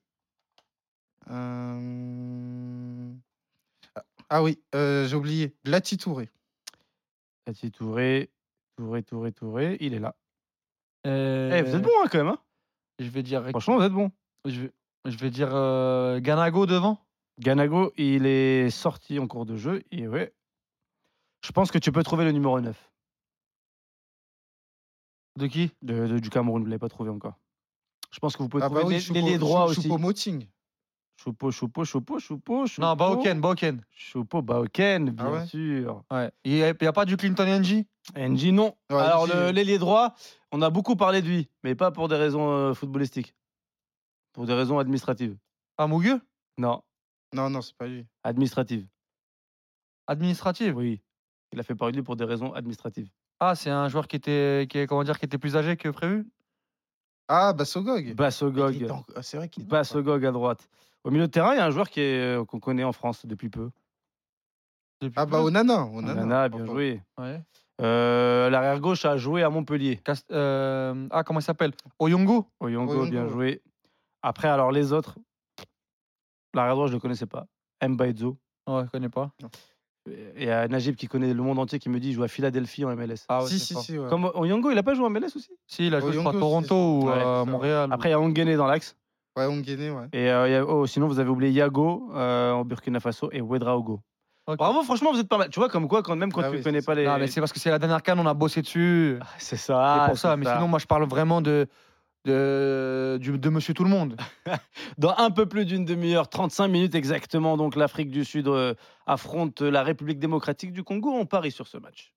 Ah oui, j'ai oublié. Lati Touré. Tati Touré. Touré. Il est là. Vous Euh, êtes bon, hein, quand même. Hein, Je vais dire. franchement, vous êtes bon. Je vais dire Ganago devant. Ganago, il est sorti en cours de jeu. Et ouais. Je pense que tu peux trouver le numéro 9 De qui? du Cameroun. Vous ne l'avez pas trouvé encore. Je pense que vous pouvez Ah bah trouver oui, l'ailier droit aussi. Choupo-Moting. Choupo. Non, Baoken. Choupo, Baoken, bien Ah ouais sûr. Ouais. Il n'y a pas du Clinton NG? NG, non. Ouais, Alors, NG, l'ailier droit, on a beaucoup parlé de lui, mais pas pour des raisons footballistiques. Pour des raisons administratives. Ah, Mougueux? Non. Non, c'est pas lui. Administrative. Administrative. Oui. Il a fait parler de lui pour des raisons administratives. Ah, c'est un joueur qui était plus âgé que prévu. Ah, Bassogog. Bassogog. C'est vrai qu'il est. Bassogog à droite. Au milieu de terrain, il y a un joueur qu'on connaît en France depuis peu. Ah, bah, Onana. Onana, bien joué. Ouais. L'arrière gauche a joué à Montpellier. Comment il s'appelle? Oyongo. Oyongo, bien joué. Après, alors les autres, l'arrière droit, je ne le connaissais pas. Mbaïdzo. Ouais, je connais pas. Il y a Najib qui connaît le monde entier qui me dit il joue à Philadelphie en MLS. Ah ouais, Si. Ouais. Comme Oyongo, il n'a pas joué en MLS aussi? Si, il a joué Oyongo, à Toronto ou Ouais, à ça. Montréal. Après, il y a Onguené dans l'axe. Ouais, Onguené, ouais. Et sinon, vous avez oublié Yago au Burkina Faso et Ouedraogo. Ok. Bravo, franchement, vous êtes pas mal. Tu vois, comme quoi, même quand Ah tu oui, connais c'est pas les. Non, mais c'est parce que c'est la dernière CAN, on a bossé dessus. C'est ça. C'est pour ça. Mais sinon, moi, je parle vraiment de Monsieur Tout le Monde. Dans un peu plus d'une demi-heure, 35 minutes exactement, donc l'Afrique du Sud affronte la République démocratique du Congo. On parie sur ce match.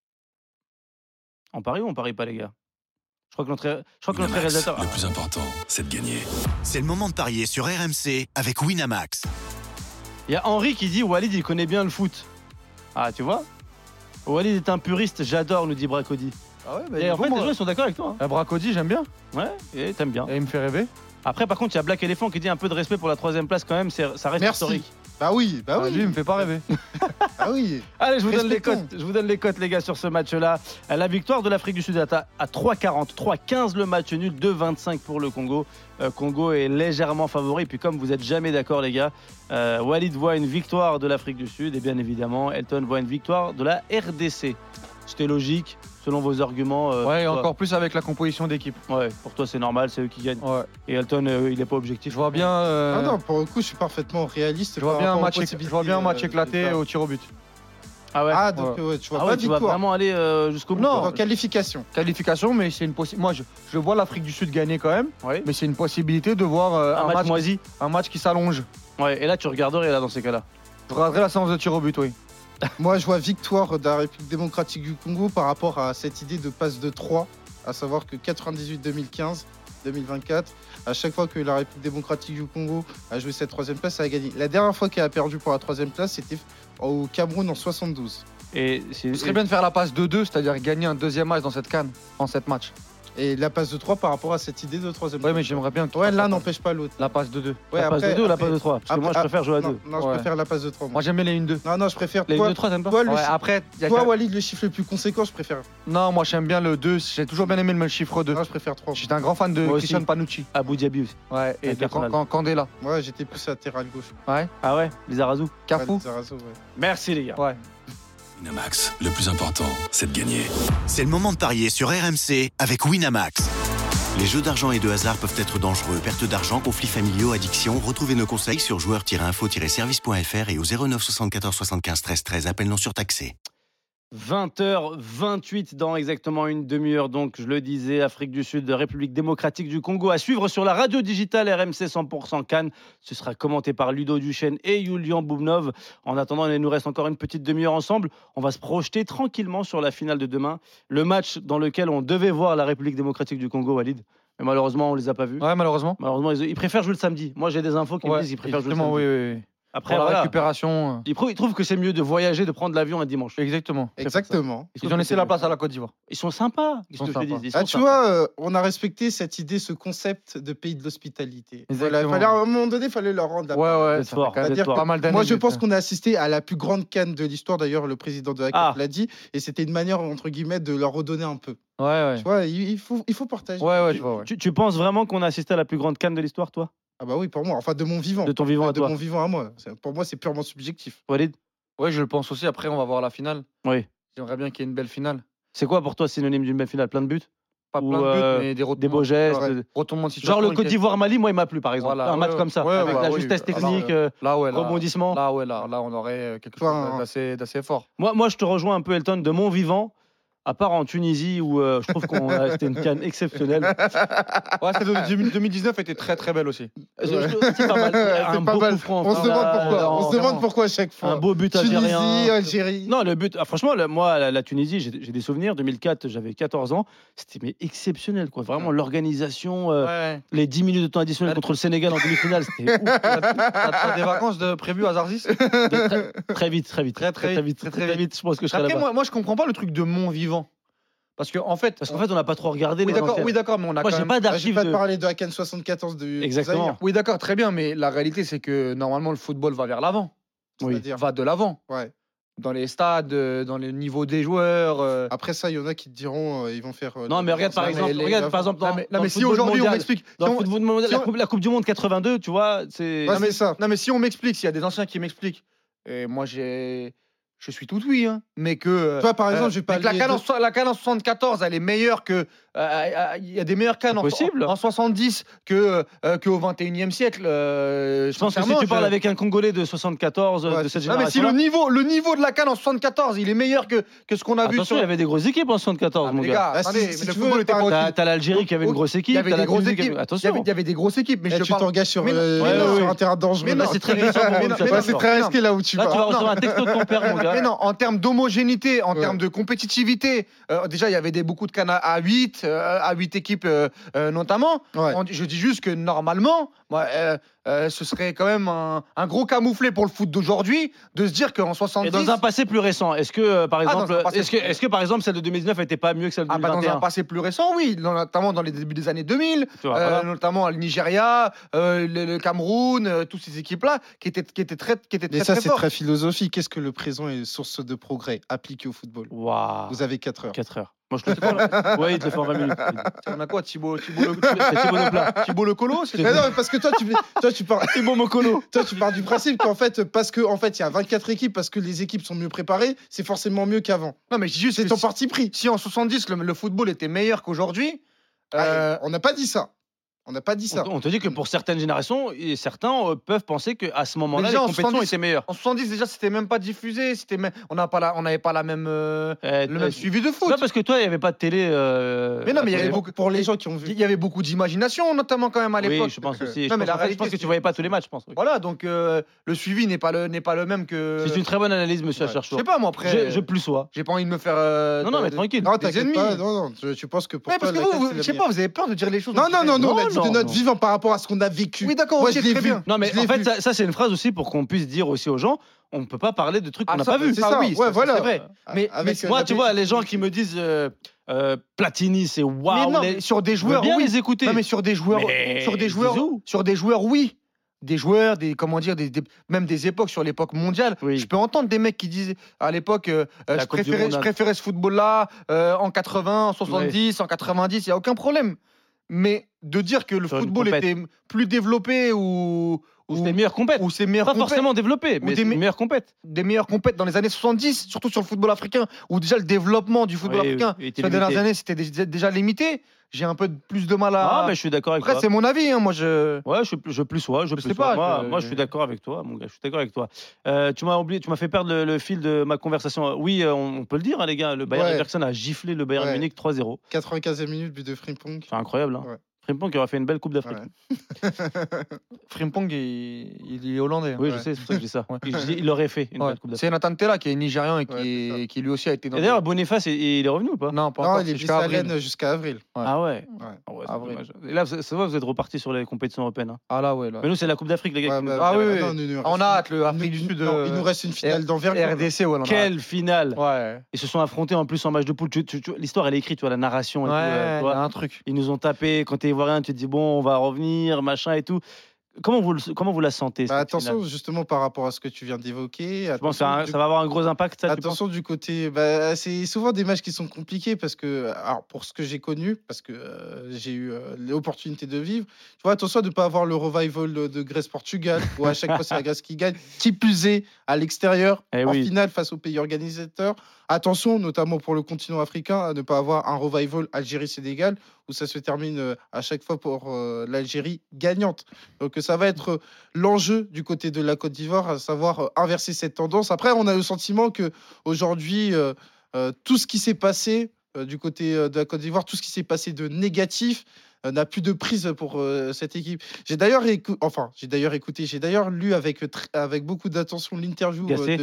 On parie ou on parie pas, les gars? Je crois que notre réalisateur. Le plus important, c'est de gagner. C'est le moment de parier sur RMC avec Winamax. Il y a Henri qui dit Walid, il connaît bien le foot. Ah, tu vois? Walid est un puriste, j'adore, nous dit Bracody. Ah ouais, Et en fait, les gens ils sont d'accord avec toi. Bracody, j'aime bien. Ouais, et t'aimes bien. Et il me fait rêver. Après, par contre, il y a Black Elephant qui dit un peu de respect pour la 3e place quand même, ça reste Merci. historique. Bah oui. Lui, il me fait pas rêver. Ah oui. Allez, je vous donne les Respectons. cotes. Je vous donne les cotes, les gars, sur ce match-là. La victoire de l'Afrique du Sud est à 3,40, 3,15 le match nul, 2,25 pour le Congo. Congo est légèrement favori. Puis comme vous n'êtes jamais d'accord, les gars, Walid voit une victoire de l'Afrique du Sud et bien évidemment, Elton voit une victoire de la RDC. C'était logique, selon vos arguments. Ouais, et pour toi. encore plus avec la composition d'équipe. Ouais, pour toi, c'est normal, c'est eux qui gagnent. Ouais. Et Elton, il n'est pas objectif. Je vois bien. Ah non, pour le coup, je suis parfaitement réaliste. Je vois par bien un rapport aux match, possibilités, je vois bien un match éclaté de ça. au tir au but. Ah ouais. Ah, donc ouais, tu vois Ah pas ouais, tu vas victoire. vraiment aller jusqu'au bout. Non. En qualification. Qualification, mais c'est une possibilité. Moi, je vois l'Afrique du Sud gagner quand même, Ouais. mais c'est une possibilité de voir Un match moisi. un match qui s'allonge. Ouais, et là, tu regarderais là dans ces cas-là. Je regarderai la séance de tir au but, oui. Moi, je vois victoire de la République démocratique du Congo par rapport à cette idée de passe de 3, à savoir que 98, 2015, 2024, à chaque fois que la République démocratique du Congo a joué cette 3e place, elle a gagné. La dernière fois qu'elle a perdu pour la 3e place, c'était au Cameroun en 72. Et Ce serait bien de faire la passe de 2, c'est-à-dire gagner un deuxième match dans cette CAN, en 7 matchs. Et la passe de 3 par rapport à cette idée de 3e Ouais, place. mais j'aimerais bien que tu Ouais, fasses l'un la n'empêche pas l'autre. passe de 2. Ouais, la passe de 2 ou la passe de 3? Parce que moi, je préfère jouer à 2. Non, je Ouais. préfère la passe de 3. Moi, j'aime bien les 1-2. Non, je préfère. Les Toi, 2-3, t'aimes pas? toi, le Ouais, chi- après, y a toi, qu'à- Walid, le chiffre le plus conséquent, je préfère. Non, moi, j'aime bien le 2. J'ai toujours bien aimé le chiffre 2. Non, je préfère 3. J'étais un grand fan de Moi aussi. Christian Panucci. Abu Dhabi aussi. Ouais, et de Arsenal. Candela. Moi, j'étais plus latéral gauche. Ouais. Ah ouais, Lizarazu. Carrefour. Ouais, Lizarazu, ouais. Merci les gars. Ouais. Winamax, le plus important, c'est de gagner. C'est le moment de parier sur RMC avec Winamax. Les jeux d'argent et de hasard peuvent être dangereux. Perte d'argent, conflits familiaux, addiction. Retrouvez nos conseils sur joueurs-info-service.fr et au 09 74 75 13 13. Appel non surtaxé. 20h28 dans exactement une demi-heure, donc je le disais, Afrique du Sud, République démocratique du Congo, à suivre sur la radio digitale RMC 100% Cannes. Ce sera commenté par Ludo Duchesne et Julian Boubnov. En attendant, il nous reste encore une petite demi-heure ensemble. On va se projeter tranquillement sur la finale de demain, le match dans lequel on devait voir la République démocratique du Congo, Walid. Mais malheureusement, on les a pas vus. Ouais, malheureusement. Malheureusement, ils préfèrent jouer le samedi. Moi, j'ai des infos qui me disent qu'ils préfèrent jouer le exactement, samedi. oui. Après, Pour la voilà. récupération. Ils trouvent que c'est mieux de voyager, de prendre l'avion un dimanche. Exactement. Exactement. Ils ont laissé la place à la Côte d'Ivoire. Ils sont sympas. Qu'est-ce Ils que sont je te sympas. dis Ils Ah, sont tu sympas. vois, on a respecté cette idée, ce concept de pays de l'hospitalité. Voilà, Exactement. fallait, à un moment donné, il fallait leur rendre la Ouais, parole. ouais. Vous êtes fort, Ça fait vous êtes C'est-à-dire fort. pas mal d'années. Moi, je que pense ça. qu'on a assisté à la plus grande canne de l'histoire. D'ailleurs, le président de la CAN Ah. l'a dit. Et c'était une manière, entre guillemets, de leur redonner un peu. Ouais, Tu vois, il faut partager. ouais, je vois. Ouais. Tu penses vraiment qu'on a assisté à la plus grande canne de l'histoire, toi? Ah bah oui, pour moi. Enfin, de mon vivant. De ton vivant à de toi? mon vivant à moi. Pour moi, c'est purement subjectif. Walid? Ouais, je le pense aussi. Après, on va voir la finale. Oui. J'aimerais bien qu'il y ait une belle finale. C'est quoi pour toi synonyme d'une belle finale? Plein de buts? Pas Ou, plein de buts, mais des Des beaux gestes? Ouais. retournements de situation. Genre le Côte d'Ivoire-Mali, moi, il m'a plu, par exemple. Voilà, un match ouais, comme ça, ouais, avec ouais, la oui. justesse Alors, technique, Là, ouais, là. rebondissement. Là, on aurait quelque Toi, chose d'assez fort. Moi, je te rejoins un peu, Elton, de mon vivant. À part en Tunisie où je trouve c'était une CAN exceptionnelle. Ouais, celle de 2019 était très très belle aussi. C'est pas mal. Un beau coup franc. On se demande pourquoi. On se demande pourquoi à chaque fois. Un beau but Tunisie, algérien. Algérie. Non, le but. Franchement, moi, la Tunisie, j'ai des souvenirs. 2004, j'avais 14 ans. C'était exceptionnel, quoi. Vraiment, l'organisation, les 10 minutes de temps additionnel contre le Sénégal en demi-finale, c'était ouf. T'as des vacances prévues à Zarzis? Très vite. Très vite. Je pense que je serai Après, là-bas. moi, je comprends pas le truc de Mont Vivant. Parce qu'en fait, on n'a pas trop regardé. Oui, d'accord, mais on a Moi, quand j'ai même. pas J'ai d'archives. pas parlé de la CAN 74 de Exactement. Zaïre. Oui, d'accord, très bien, mais la réalité, c'est que normalement, le football va vers l'avant. C'est-à-dire. Va de l'avant. Ouais. Dans les stades, dans le niveau des joueurs. Après ça, il y en a qui te diront ils vont faire. Non, mais regarde par exemple, dans le si football aujourd'hui on mondial, m'explique. dans le football mondial, la coupe du Monde 82, tu vois, c'est. Ouais, c'est ça. Non, mais si on m'explique, s'il y a des anciens qui m'expliquent, et moi je suis tout oui, hein, mais que. Toi, par exemple, je vais pas. La CAN en 74, elle est meilleure que. Il y a des meilleures CAN en 70 qu'au 21e siècle. Je pense que si tu parles avec un Congolais de 74, de cette génération. Non, mais si le niveau de la CAN en 74, il est meilleur que ce qu'on a vu. Attention, il y avait des grosses équipes en 74, mon gars. Attendez, le football était pas. T'as l'Algérie qui avait une grosse équipe. Il y avait des grosses équipes. Attention. Il y avait des grosses équipes, mais tu t'engages sur un terrain dangereux. Mais non, c'est très risqué. C'est très risqué là où tu vas. Là, tu vas recevoir un texto de ton père, mon gars. Mais non, en termes d'homogénéité, en termes de compétitivité, déjà, il y avait beaucoup de CAN à 8 équipes notamment. Ouais. Je dis juste que normalement, ce serait quand même un gros camouflet pour le foot d'aujourd'hui de se dire qu'en 70. Et dans un passé plus récent, est-ce que par exemple celle de 2019 n'était pas mieux que celle de 2021? Dans un passé plus récent, oui, notamment dans les débuts des années 2000, voilà. notamment le Nigeria, le Cameroun, toutes ces équipes-là qui étaient très Mais ça, très c'est fortes. très philosophique. Qu'est-ce que le présent est source de progrès appliqué au football? Waouh. Vous avez 4 heures. 4 heures. Moi, je le fais. Ouais, il te le fait en 20 minutes. On a quoi, Thibaut le colo? Mais non, parce que toi, tu pars. Thibaut Mokolo. Toi, tu pars du principe qu'en fait, parce que il y a 24 équipes, parce que les équipes sont mieux préparées, c'est forcément mieux qu'avant. Non, mais je dis juste C'est que ton parti pris. Si en 70 le football était meilleur qu'aujourd'hui, On n'a pas dit ça. On n'a pas dit ça. On te dit que pour certaines générations, certains peuvent penser qu'à ce moment-là, Mais les déjà, en compétitions 70, étaient meilleures. en 70 déjà c'était même pas diffusé, on n'avait pas la même le même suivi de C'est foot. pas parce que toi, il n'y avait pas de télé. Mais non, mais il y avait Pour- beaucoup pour les gens qui ont vu. il y avait beaucoup d'imagination notamment quand même à l'époque. Oui, je pense aussi. Non, mais la Je réalité, pense que tu voyais pas tous les matchs, je pense. Oui. Voilà, donc le suivi n'est pas le même que. C'est une très bonne analyse, monsieur Ouais. Je Acherchour. sais pas moi après. Je plus sois. J'ai pas envie de me faire. Non, mais tranquille. Non, des t'inquiète ennemis. pas. Non, tu penses que pour Ouais, toi, parce que la CAN, vous, c'est la je sais meilleure. pas, vous avez peur de dire les choses. Non, on a dit Non, de notre non. vivant par rapport à ce qu'on a vécu. Oui, d'accord, Moi, ok, je l'ai très vu. bien. Non, mais Je l'ai en fait, vu. ça c'est une phrase aussi pour qu'on puisse dire aussi aux gens, on ne peut pas parler de trucs qu'on n'a ça, pas vus. c'est ça, oui, ouais, ça, voilà. c'est vrai. Mais Avec, Moi, la tu B- vois, les gens qui me disent Platini, c'est mais waouh. non, mais sur des Je veux joueurs, bien oui. les écouter. Non, mais sur des joueurs, Mais oui. Des joueurs, comment dire, même des époques, sur l'époque mondiale. Oui. Je peux entendre des mecs qui disent à l'époque, La je Coupe du Monde, je préférais ce football-là en 80, en 70, en 90, il n'y a aucun problème. Mais de dire que le Sur une football compète. était plus développé ou Ou c'est meilleur compète. c'est meilleur Pas compète, forcément développé, mais des c'est meilleur compète. des meilleures compètes dans les années 70, surtout sur le football africain, où déjà le développement du football Oui, africain oui, était sur les dernières limité. années, c'était déjà limité. J'ai un peu plus de mal à. Ah, mais je suis d'accord avec Après, toi. c'est mon avis, hein, moi je. Ouais, je plus sois, je Je plus sais sois. pas, Moi, je suis d'accord avec toi, mon gars. Je suis d'accord avec toi. Tu m'as fait perdre le fil de ma conversation. Oui, on peut le dire, hein, les gars. Le Bayern Ouais. Leverkusen a giflé le Bayern Ouais. Munich 3-0. 95e minute, but de Frimpong. C'est incroyable. Hein. Ouais. Frimpong qui aurait fait une belle Coupe d'Afrique. Ouais. Frimpong, il est hollandais. hein. Oui, Ouais. je sais, c'est pour ça que je dis ça. Ouais. Il aurait fait une Ouais. belle Coupe d'Afrique. C'est Nathan Tella qui est nigérian et Ouais, c'est ça. qui lui aussi a été dans. Et d'ailleurs, Boniface, il est revenu ou pas? Non, pas Non, encore. il est c'est blessé à Rennes jusqu'à avril. Ouais. Ah ouais. Ouais. Ah ouais, c'est Avril. dommage. Et là, c'est vrai, vous êtes repartis sur les compétitions européennes. Hein. Ah là, ouais. Là. Mais nous, c'est la Coupe d'Afrique, les gars. Ouais, qui bah, nous Ah oui, intéressent. oui. non, nous, On a hâte, le Afrique du Sud. Non, il nous reste une finale d'envergure. RDC, ouais. on en a hâte. Quelle finale! Ouais. Ils se sont affrontés en plus en match de poule. L'histoire, elle est écrite, tu vois, la narration. Et tout, Ouais, tu il y vois. a un truc. Ils nous ont tapé. Quand t'es ivoirien, tu te dis, bon, on va revenir, machin et tout. Comment vous la sentez cette Attention, finale justement, par rapport à ce que tu viens d'évoquer. Je pense que attention, ça va avoir un gros impact, ça, tu penses? Attention du côté, c'est souvent des matchs qui sont compliqués parce que, alors pour ce que j'ai connu, parce que j'ai eu l'opportunité de vivre, tu vois, attention de ne pas avoir le revival de Grèce-Portugal où à chaque fois c'est la Grèce qui gagne, qui plus est à l'extérieur, Eh en oui. finale face aux pays organisateurs. Attention, notamment pour le continent africain, à ne pas avoir un revival Algérie-Sénégal où ça se termine à chaque fois pour l'Algérie gagnante. Donc ça va être l'enjeu du côté de la Côte d'Ivoire, à savoir inverser cette tendance. Après, on a le sentiment que aujourd'hui, tout ce qui s'est passé du côté de la Côte d'Ivoire. Tout ce qui s'est passé de négatif n'a plus de prise pour cette équipe. J'ai d'ailleurs lu avec beaucoup d'attention l'interview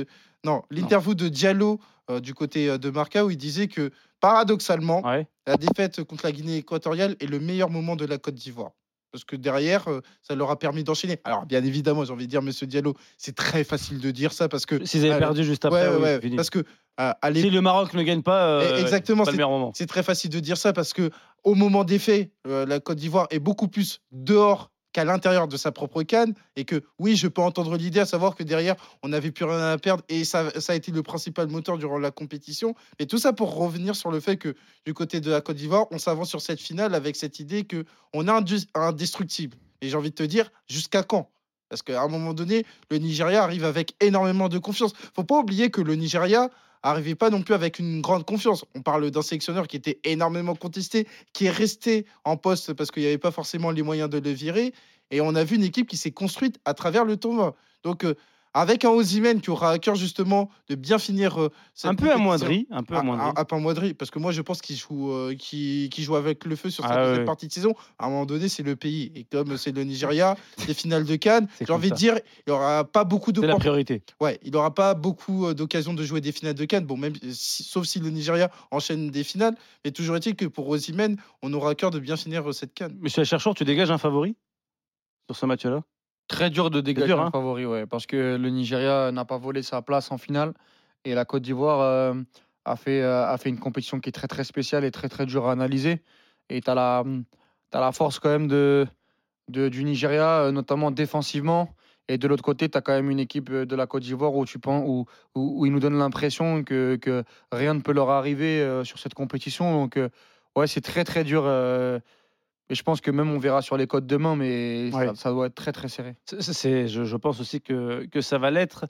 de Diallo du côté de Marca, où il disait que paradoxalement, la défaite contre la Guinée équatoriale est le meilleur moment de la Côte d'Ivoire. Parce que derrière, ça leur a permis d'enchaîner. Alors, bien évidemment, j'ai envie de dire, monsieur Diallo, c'est très facile de dire ça parce que. S'ils avaient perdu juste après, parce que. Si le Maroc ne gagne pas, exactement, c'est pas le meilleur moment. C'est très facile de dire ça parce que au moment des faits, la Côte d'Ivoire est beaucoup plus dehors qu'à l'intérieur de sa propre CAN, et que oui, je peux entendre l'idée, à savoir que derrière, on n'avait plus rien à perdre, et ça a été le principal moteur durant la compétition. Mais tout ça pour revenir sur le fait que du côté de la Côte d'Ivoire, on s'avance sur cette finale avec cette idée qu'on est indestructible. Et j'ai envie de te dire, jusqu'à quand ? Parce qu'à un moment donné, le Nigeria arrive avec énormément de confiance. Faut pas oublier que le Nigeria n'arrivait pas non plus avec une grande confiance. On parle d'un sélectionneur qui était énormément contesté, qui est resté en poste parce qu'il n'y avait pas forcément les moyens de le virer. Et on a vu une équipe qui s'est construite à travers le tournoi. Donc, avec un Osimhen qui aura à cœur justement de bien finir cette un peu amoindri, parce que moi je pense qu'il joue avec le feu sur cette partie de saison. À un moment donné, c'est le pays, et comme c'est le Nigeria, les finales de CAN, j'ai envie de dire, il n'aura pas beaucoup de. C'est la priorité. Ouais, il n'aura pas beaucoup d'occasions de jouer des finales de CAN. Bon, sauf si le Nigeria enchaîne des finales, mais toujours est-il que pour Osimhen, on aura à cœur de bien finir cette CAN. Monsieur Chercheur, tu dégages un favori sur ce match-là? Très dur de dégager un favori, parce que le Nigeria n'a pas volé sa place en finale, et la Côte d'Ivoire a fait une compétition qui est très très spéciale et très très dure à analyser. Et tu as la force quand même du Nigeria, notamment défensivement. Et de l'autre côté, tu as quand même une équipe de la Côte d'Ivoire où ils nous donnent l'impression que rien ne peut leur arriver sur cette compétition. Donc, c'est très très dur. Et je pense que même on verra sur les codes demain, mais ça doit être très très serré. Je pense aussi que ça va l'être.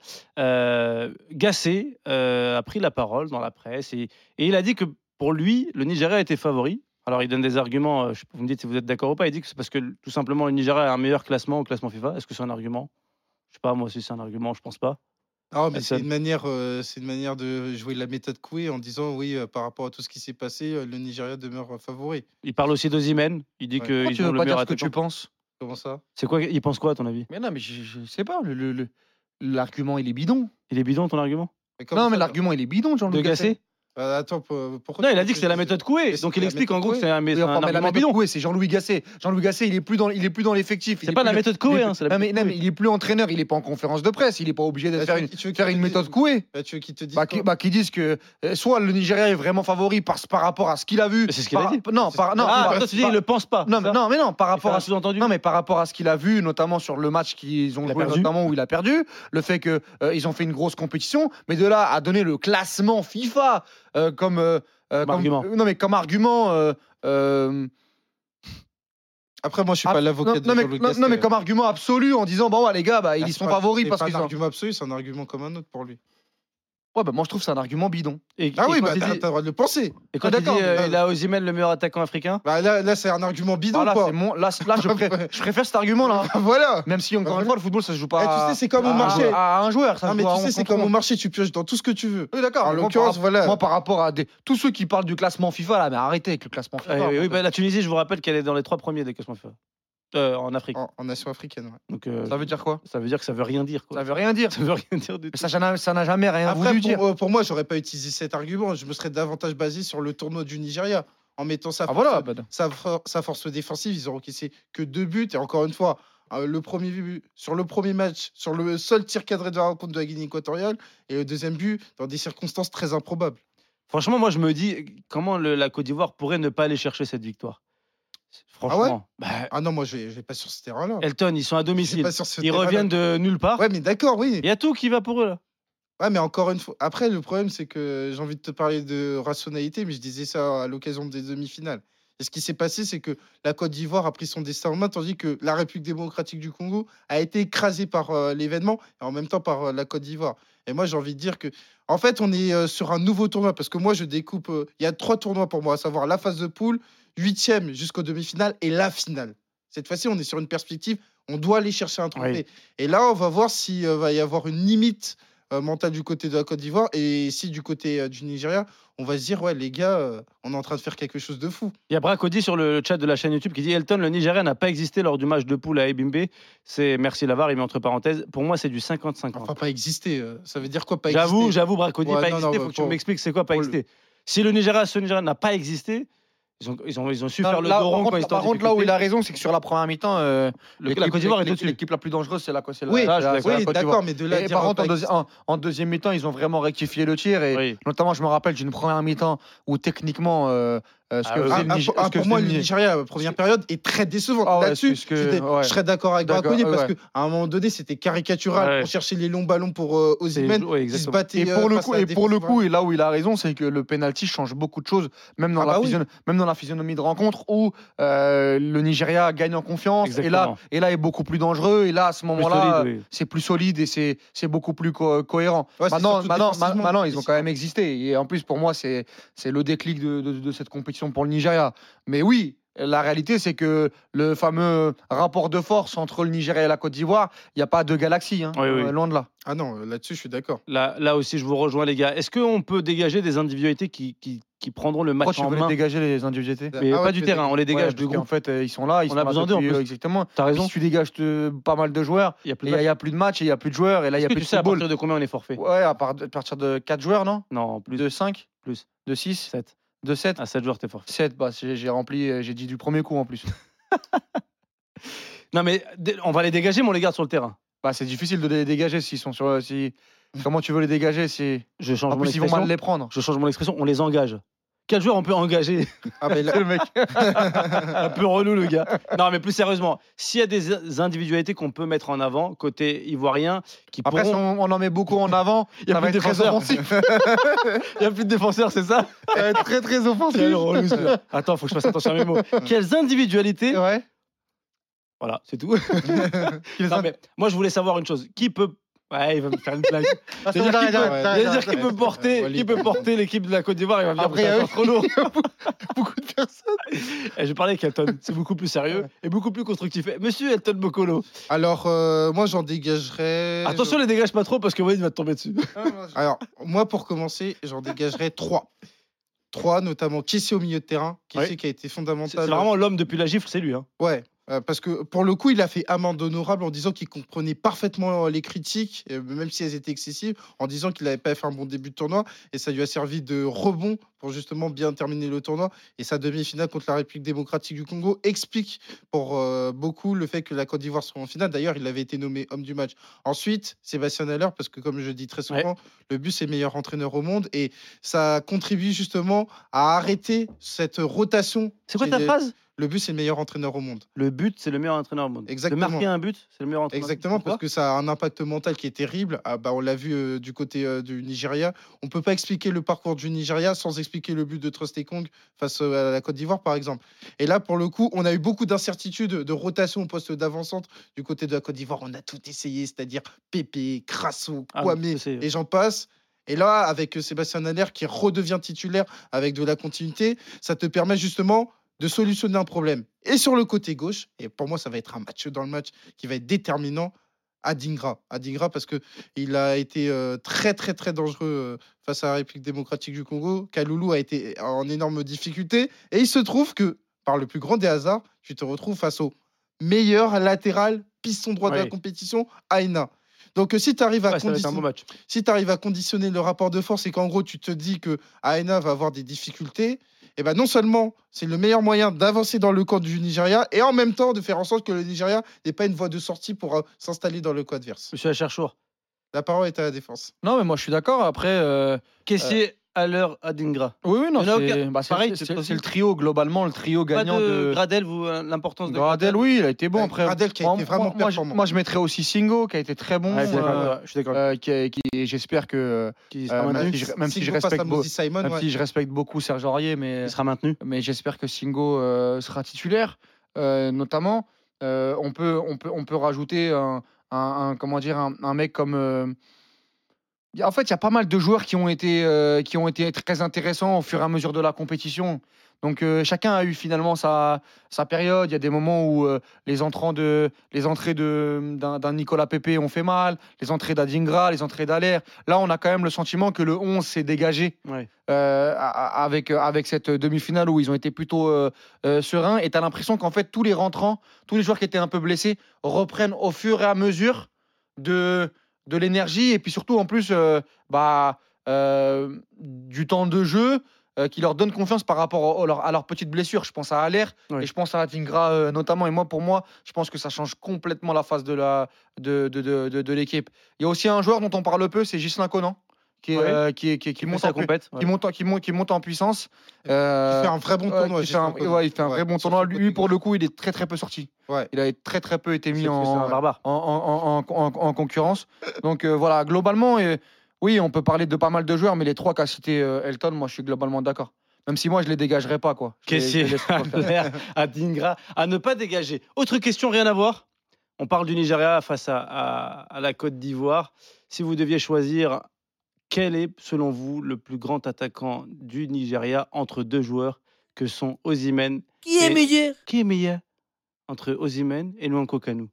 Gasset a pris la parole dans la presse et il a dit que pour lui, le Nigeria était favori. Alors il donne des arguments, vous me dites si vous êtes d'accord ou pas, il dit que c'est parce que tout simplement le Nigeria a un meilleur classement au classement FIFA. Est-ce que c'est un argument? Je sais pas, moi aussi c'est un argument, je pense pas. Non, mais c'est une manière de jouer la méthode Coué en disant oui, par rapport à tout ce qui s'est passé, le Nigeria demeure favori. Il parle aussi d'Osimhen. Il dit que tu veux pas dire ce que tu penses. Comment ça? C'est quoi? Il pense quoi à ton avis? Mais non, mais je sais pas. L'argument il est bidon. Il est bidon ton argument? Non, mais l'argument il est bidon, Jean-Luc Gasset. Attends, pourquoi? Non, il a dit que c'est la méthode Coué. Donc il explique en gros que c'est un argument bidon. Coué, c'est Jean-Louis Gasset. Jean-Louis Gasset, il est plus dans l'effectif. C'est pas la méthode Coué. Mais il est plus entraîneur, il est pas en conférence de presse, il est pas obligé de faire une méthode Coué. Tu veux qu'il te dise qui disent que soit le Nigeria est vraiment favori par rapport à ce qu'il a vu. C'est ce qu'il a dit. Non, tu dis il le pense pas. Non, mais non, par rapport à sous-entendu. Non, mais par rapport à ce qu'il a vu, notamment sur le match qu'ils ont joué, notamment où il a perdu, le fait que ils ont fait une grosse compétition, mais de là à donner le classement FIFA comme argument. Non, mais comme argument. Après, moi, je suis pas l'avocat de Jean-Luc Gasset. Non, mais comme argument absolu en disant bon, les gars, ils sont favoris parce qu'ils sont. C'est un argument absolu, c'est un argument comme un autre pour lui. Ouais, moi je trouve que c'est un argument bidon. T'as le droit de le penser. Et quand il dit il a Osimhen le meilleur attaquant africain, là c'est un argument bidon. Là je préfère cet argument là. Voilà. Même si encore une fois le football ça se joue pas. Tu sais c'est comme au marché. À un joueur. Non mais tu sais c'est comme au marché, tu pioches dans tout ce que tu veux. Oui d'accord. En l'occurrence voilà. Moi par rapport à tous ceux qui parlent du classement FIFA là, mais arrêtez avec le classement FIFA. Oui, la Tunisie, je vous rappelle qu'elle est dans les 3 premiers des classements FIFA. En Afrique. En nation africaine, ouais. Donc, ça veut dire quoi? Ça veut dire que ça veut rien dire. Ça veut rien dire. Ça veut rien dire du tout. Ça n'a jamais rien voulu dire. Pour moi, j'aurais pas utilisé cet argument. Je me serais davantage basé sur le tournoi du Nigeria. En mettant sa force défensive, ils ont encaissé que 2 buts. Et encore une fois, le premier but sur le premier match, sur le seul tir cadré de la rencontre de la Guinée équatoriale, et le deuxième but dans des circonstances très improbables. Franchement, moi, je me dis comment la Côte d'Ivoire pourrait ne pas aller chercher cette victoire. Franchement. Ah non, moi je vais pas sur ce terrain-là. Elton, ils sont à domicile. Ils reviennent de nulle part. Ouais, mais d'accord, oui. Il y a tout qui va pour eux là. Ouais, mais encore une fois. Après, le problème, c'est que j'ai envie de te parler de rationalité, mais je disais ça à l'occasion des demi-finales. Et ce qui s'est passé, c'est que la Côte d'Ivoire a pris son destin en main, tandis que la République démocratique du Congo a été écrasée par l'événement et en même temps par la Côte d'Ivoire. Et moi, j'ai envie de dire que, en fait, on est sur un nouveau tournoi parce que moi, je découpe. Il y a 3 tournois pour moi, à savoir la phase de poule, 8e jusqu'aux demi-finales et la finale. Cette fois-ci, on est sur une perspective, on doit aller chercher un trophée. Oui. Et là, on va voir s'il va y avoir une limite mentale du côté de la Côte d'Ivoire et si du côté du Nigeria, on va se dire, ouais, les gars, on est en train de faire quelque chose de fou. Il y a Bracody sur le chat de la chaîne YouTube qui dit Elton, le Nigeria n'a pas existé lors du match de poule à Ebimbe. C'est merci Lavar, il met entre parenthèses. Pour moi, c'est du 50-50. Enfin, pas exister. Ça veut dire quoi, pas exister? J'avoue, Bracody, Ouais, pas non, existé. non, Faut que tu m'expliques c'est quoi pas exister. Si le Nigeria n'a pas existé, ils ont su faire le dos rond quand ils étaient en Par contre, là où difficulté. il a raison, c'est que sur la première mi-temps, la Côte d'Ivoire est au-dessus. l'équipe la plus dangereuse, c'est la Côte d'Ivoire. Oui, la Côte d'accord, d'Ivoire. mais de là à Et dire par contre, pas en deuxième mi-temps, ils ont vraiment rectifié le tir. Et Oui. notamment, je me rappelle d'une première mi-temps où techniquement, ce que faisait le Nigeria. Pour moi, le Nigeria, première période, est très décevant. Ah ouais, Là-dessus, c'est ce que- ouais. je serais d'accord avec D'accord, Braconi parce ouais. qu'à un moment donné, c'était caricatural Ouais. pour chercher les longs ballons pour Osimhen. Ouais, qui se exactement. battait Et pour le face coup, à la défense. et là où il a raison, c'est que le penalty change beaucoup de choses, même dans, Ah bah oui. même dans la physionomie de rencontre où le Nigeria gagne en confiance Exactement. et là est beaucoup plus dangereux. Et là, à ce moment-là, solide, oui. c'est plus solide et c'est beaucoup plus cohérent. Ouais, c'est surtout défensivement. Maintenant, ils ont quand même existé. Et en plus, pour moi, c'est le déclic de cette compétition pour le Nigeria. Mais oui. La réalité, c'est que le fameux rapport de force entre le Nigeria et la Côte d'Ivoire, il n'y a pas de galaxie, hein, Oui, oui. loin de là. Ah non, là-dessus, je suis d'accord. Là aussi, je vous rejoins, les gars. Est-ce qu'on peut dégager des individualités qui prendront le Pourquoi match tu en veux main? dégager les individualités? Mais Ah ouais, pas du tu terrain, on les dégage du En groupe. fait, ils sont là, ils On sont a là besoin d'eux, en depuis, plus. exactement. T'as raison. Si tu dégages pas mal de joueurs, Il y a plus et de il n'y a plus de matchs, et il n'y a plus de joueurs, et là, il n'y a Est-ce que plus tu de sais à football. partir de combien on est forfait? Ouais, à partir de 4 joueurs, non? Non, plus. De 5? Plus. De 6? 7. De 7? À 7 joueurs, t'es forfait. 7, bah, j'ai rempli, j'ai dit du premier coup en plus. Non, mais on va les dégager, mais on les garde sur le terrain. Bah, c'est difficile de les dégager s'ils sont sur. Comment tu veux les dégager si... Je change En mon plus, ils vont expression. mal les prendre. Je change mon expression, on les engage. Quel joueur on peut engager? Ah, mais là- C'est le mec. Un peu relou, le gars. Non, mais plus sérieusement, s'il y a des individualités qu'on peut mettre en avant, côté ivoirien, qui Après, si pourront... on en met beaucoup en avant, Il y a ça va plus être de très défenseurs. offensif. Il n'y a plus de défenseurs, c'est ça? Ça va être très, très offensif. Quel relou, celui-là. Attends, faut que je fasse attention à mes mots. Quelles individualités? Ouais. Voilà, c'est tout. Non, mais moi, je voulais savoir une chose. Qui peut... Ouais, il va me faire une blague. Ah, C'est-à-dire ça, qu'il peut, arrête, il va dire qu'il peut porter, Walid. qui peut porter l'équipe de la Côte d'Ivoire. Il va me dire Après, que il y a c'est trop lourd. beaucoup de personnes. Et je parlais avec Elton. C'est beaucoup plus sérieux et beaucoup plus constructif. Monsieur Elton Bokolo. Alors, moi, j'en dégagerais. Attention, les dégage pas trop parce que Walid va te tomber dessus. Alors, moi, pour commencer, j'en dégagerais 3. 3, notamment Kessie au milieu de terrain, Kessie Oui. qui a été C'est fondamental. vraiment l'homme depuis la gifle, c'est lui. Hein. Ouais, parce que pour le coup, il a fait amende honorable en disant qu'il comprenait parfaitement les critiques, même si elles étaient excessives, en disant qu'il n'avait pas fait un bon début de tournoi. Et ça lui a servi de rebond pour justement bien terminer le tournoi. Et sa demi-finale contre la République démocratique du Congo explique pour beaucoup le fait que la Côte d'Ivoire soit en finale. D'ailleurs, il avait été nommé homme du match. Ensuite, Sébastien Haller, parce que comme je dis très souvent, le but, c'est le meilleur entraîneur au monde. Et ça contribue justement à arrêter cette rotation. C'est quoi chez ta les- phrase? Le but, c'est le meilleur entraîneur au monde. Le but, c'est le meilleur entraîneur au monde. Exactement. De marquer un but, c'est le meilleur entraîneur. Exactement, parce que ça a un impact mental qui est terrible. Ah, bah, on l'a vu du côté du Nigeria. On ne peut pas expliquer le parcours du Nigeria sans expliquer le but de Trostekong face à la Côte d'Ivoire, par exemple. Et là, pour le coup, on a eu beaucoup d'incertitudes de rotation au poste d'avant-centre du côté de la Côte d'Ivoire. On a tout essayé, c'est-à-dire Pépé, Crasso, Kwame, et j'en passe. Et là, avec Sébastien Haller qui redevient titulaire avec de la continuité, ça te permet justement de solutionner un problème. Et sur le côté gauche, et pour moi, ça va être un match dans le match qui va être déterminant, Adingra. Adingra, parce qu'il a été très, très, très dangereux face à la République démocratique du Congo. Kaloulou a été en énorme difficulté. Et il se trouve que, par le plus grand des hasards, tu te retrouves face au meilleur latéral piston droit de la compétition, Aina. Donc, si tu arrives à ça va être un bon match. si tu arrives à conditionner le rapport de force et qu'en gros, tu te dis que Aina va avoir des difficultés, et ben non seulement c'est le meilleur moyen d'avancer dans le camp du Nigeria et en même temps de faire en sorte que le Nigeria n'ait pas une voie de sortie pour s'installer dans le camp adverse. Monsieur Acherchour. La parole est à la défense. Non, mais moi, je suis d'accord. Après. Caissier à l'heure Adingra. Oui, non, Il y en a c'est aucun- bah, c'est- pareil, c'est c'est c'est le trio, globalement, le trio Pas gagnant de de. Gradel, l'importance de Gradel, oui, il a été bon. Ouais, Après, Gradel qui a été vraiment performant. moi, je mettrais aussi Singo, qui a été très bon. Ouais, je suis d'accord. J'espère que. Qui sera même maintenu. si je Singo face à respecte Moses Simon, même ouais. si je respecte beaucoup Serge Aurier, mais Il sera maintenu. j'espère que Singo sera titulaire. Notamment, on peut rajouter comment dire, un mec comme. En fait, il y a pas mal de joueurs qui ont été très intéressants au fur et à mesure de la compétition. Donc chacun a eu finalement sa période. Il y a des moments où les entrées d'un Nicolas Pepe ont fait mal, les entrées d'Adingra, les entrées d'Aler. Là, on a quand même le sentiment que le 11 s'est dégagé avec cette demi-finale où ils ont été plutôt sereins. Et tu as l'impression qu'en fait, tous les rentrants, tous les joueurs qui étaient un peu blessés reprennent au fur et à mesure de l'énergie et puis surtout en plus du temps de jeu qui leur donne confiance par rapport à leurs petites blessures. Je pense à Haller et je pense à Adingra notamment. Et pour moi, je pense que ça change complètement la face de l'équipe. Il y a aussi un joueur dont on parle peu, c'est Ghislain Conan. Qui monte en puissance. Il fait un vrai bon tournoi. Il fait un vrai bon tournoi. Lui, pour le coup, il est très très peu sorti. Ouais. Il a très très peu été mis C'est un barbare. en concurrence. Donc voilà, globalement, oui, on peut parler de pas mal de joueurs, mais les trois qu'a cité Elton, moi je suis globalement d'accord. Même si moi je les dégagerais pas, quoi. Adingra à ne pas dégager. Autre question, rien à voir. On parle du Nigeria face à la Côte d'Ivoire. Si vous deviez choisir, quel est, selon vous, le plus grand attaquant du Nigeria entre deux joueurs que sont Osimhen Qui est meilleur entre Osimhen et Nwankwo Kanu?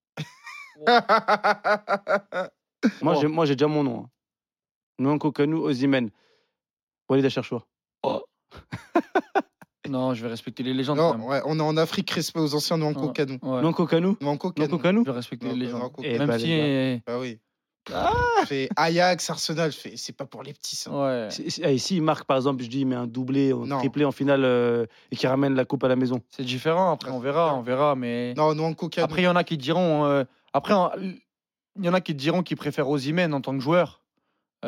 Moi, j'ai déjà mon nom. Nwankwo Kanu, Osimhen. Walid Acharchour. Non, je vais respecter les légendes. Non, on est en Afrique, respect aux anciens Nwankwo Kanu. Nwankwo Kanu. Je vais respecter les légendes. Même si... Bah oui. Fait Ajax, Arsenal, c'est pas pour les petits ça. Ouais. Et s'il marque par exemple, je dis il met un doublé, un triplé en finale et qui ramène la coupe à la maison. C'est différent. Après on verra. Mais non, Nwankwo Kanu. Après il y en a qui diront. Il y en a qui diront qu'ils préfèrent Osimhen en tant que joueur. Faut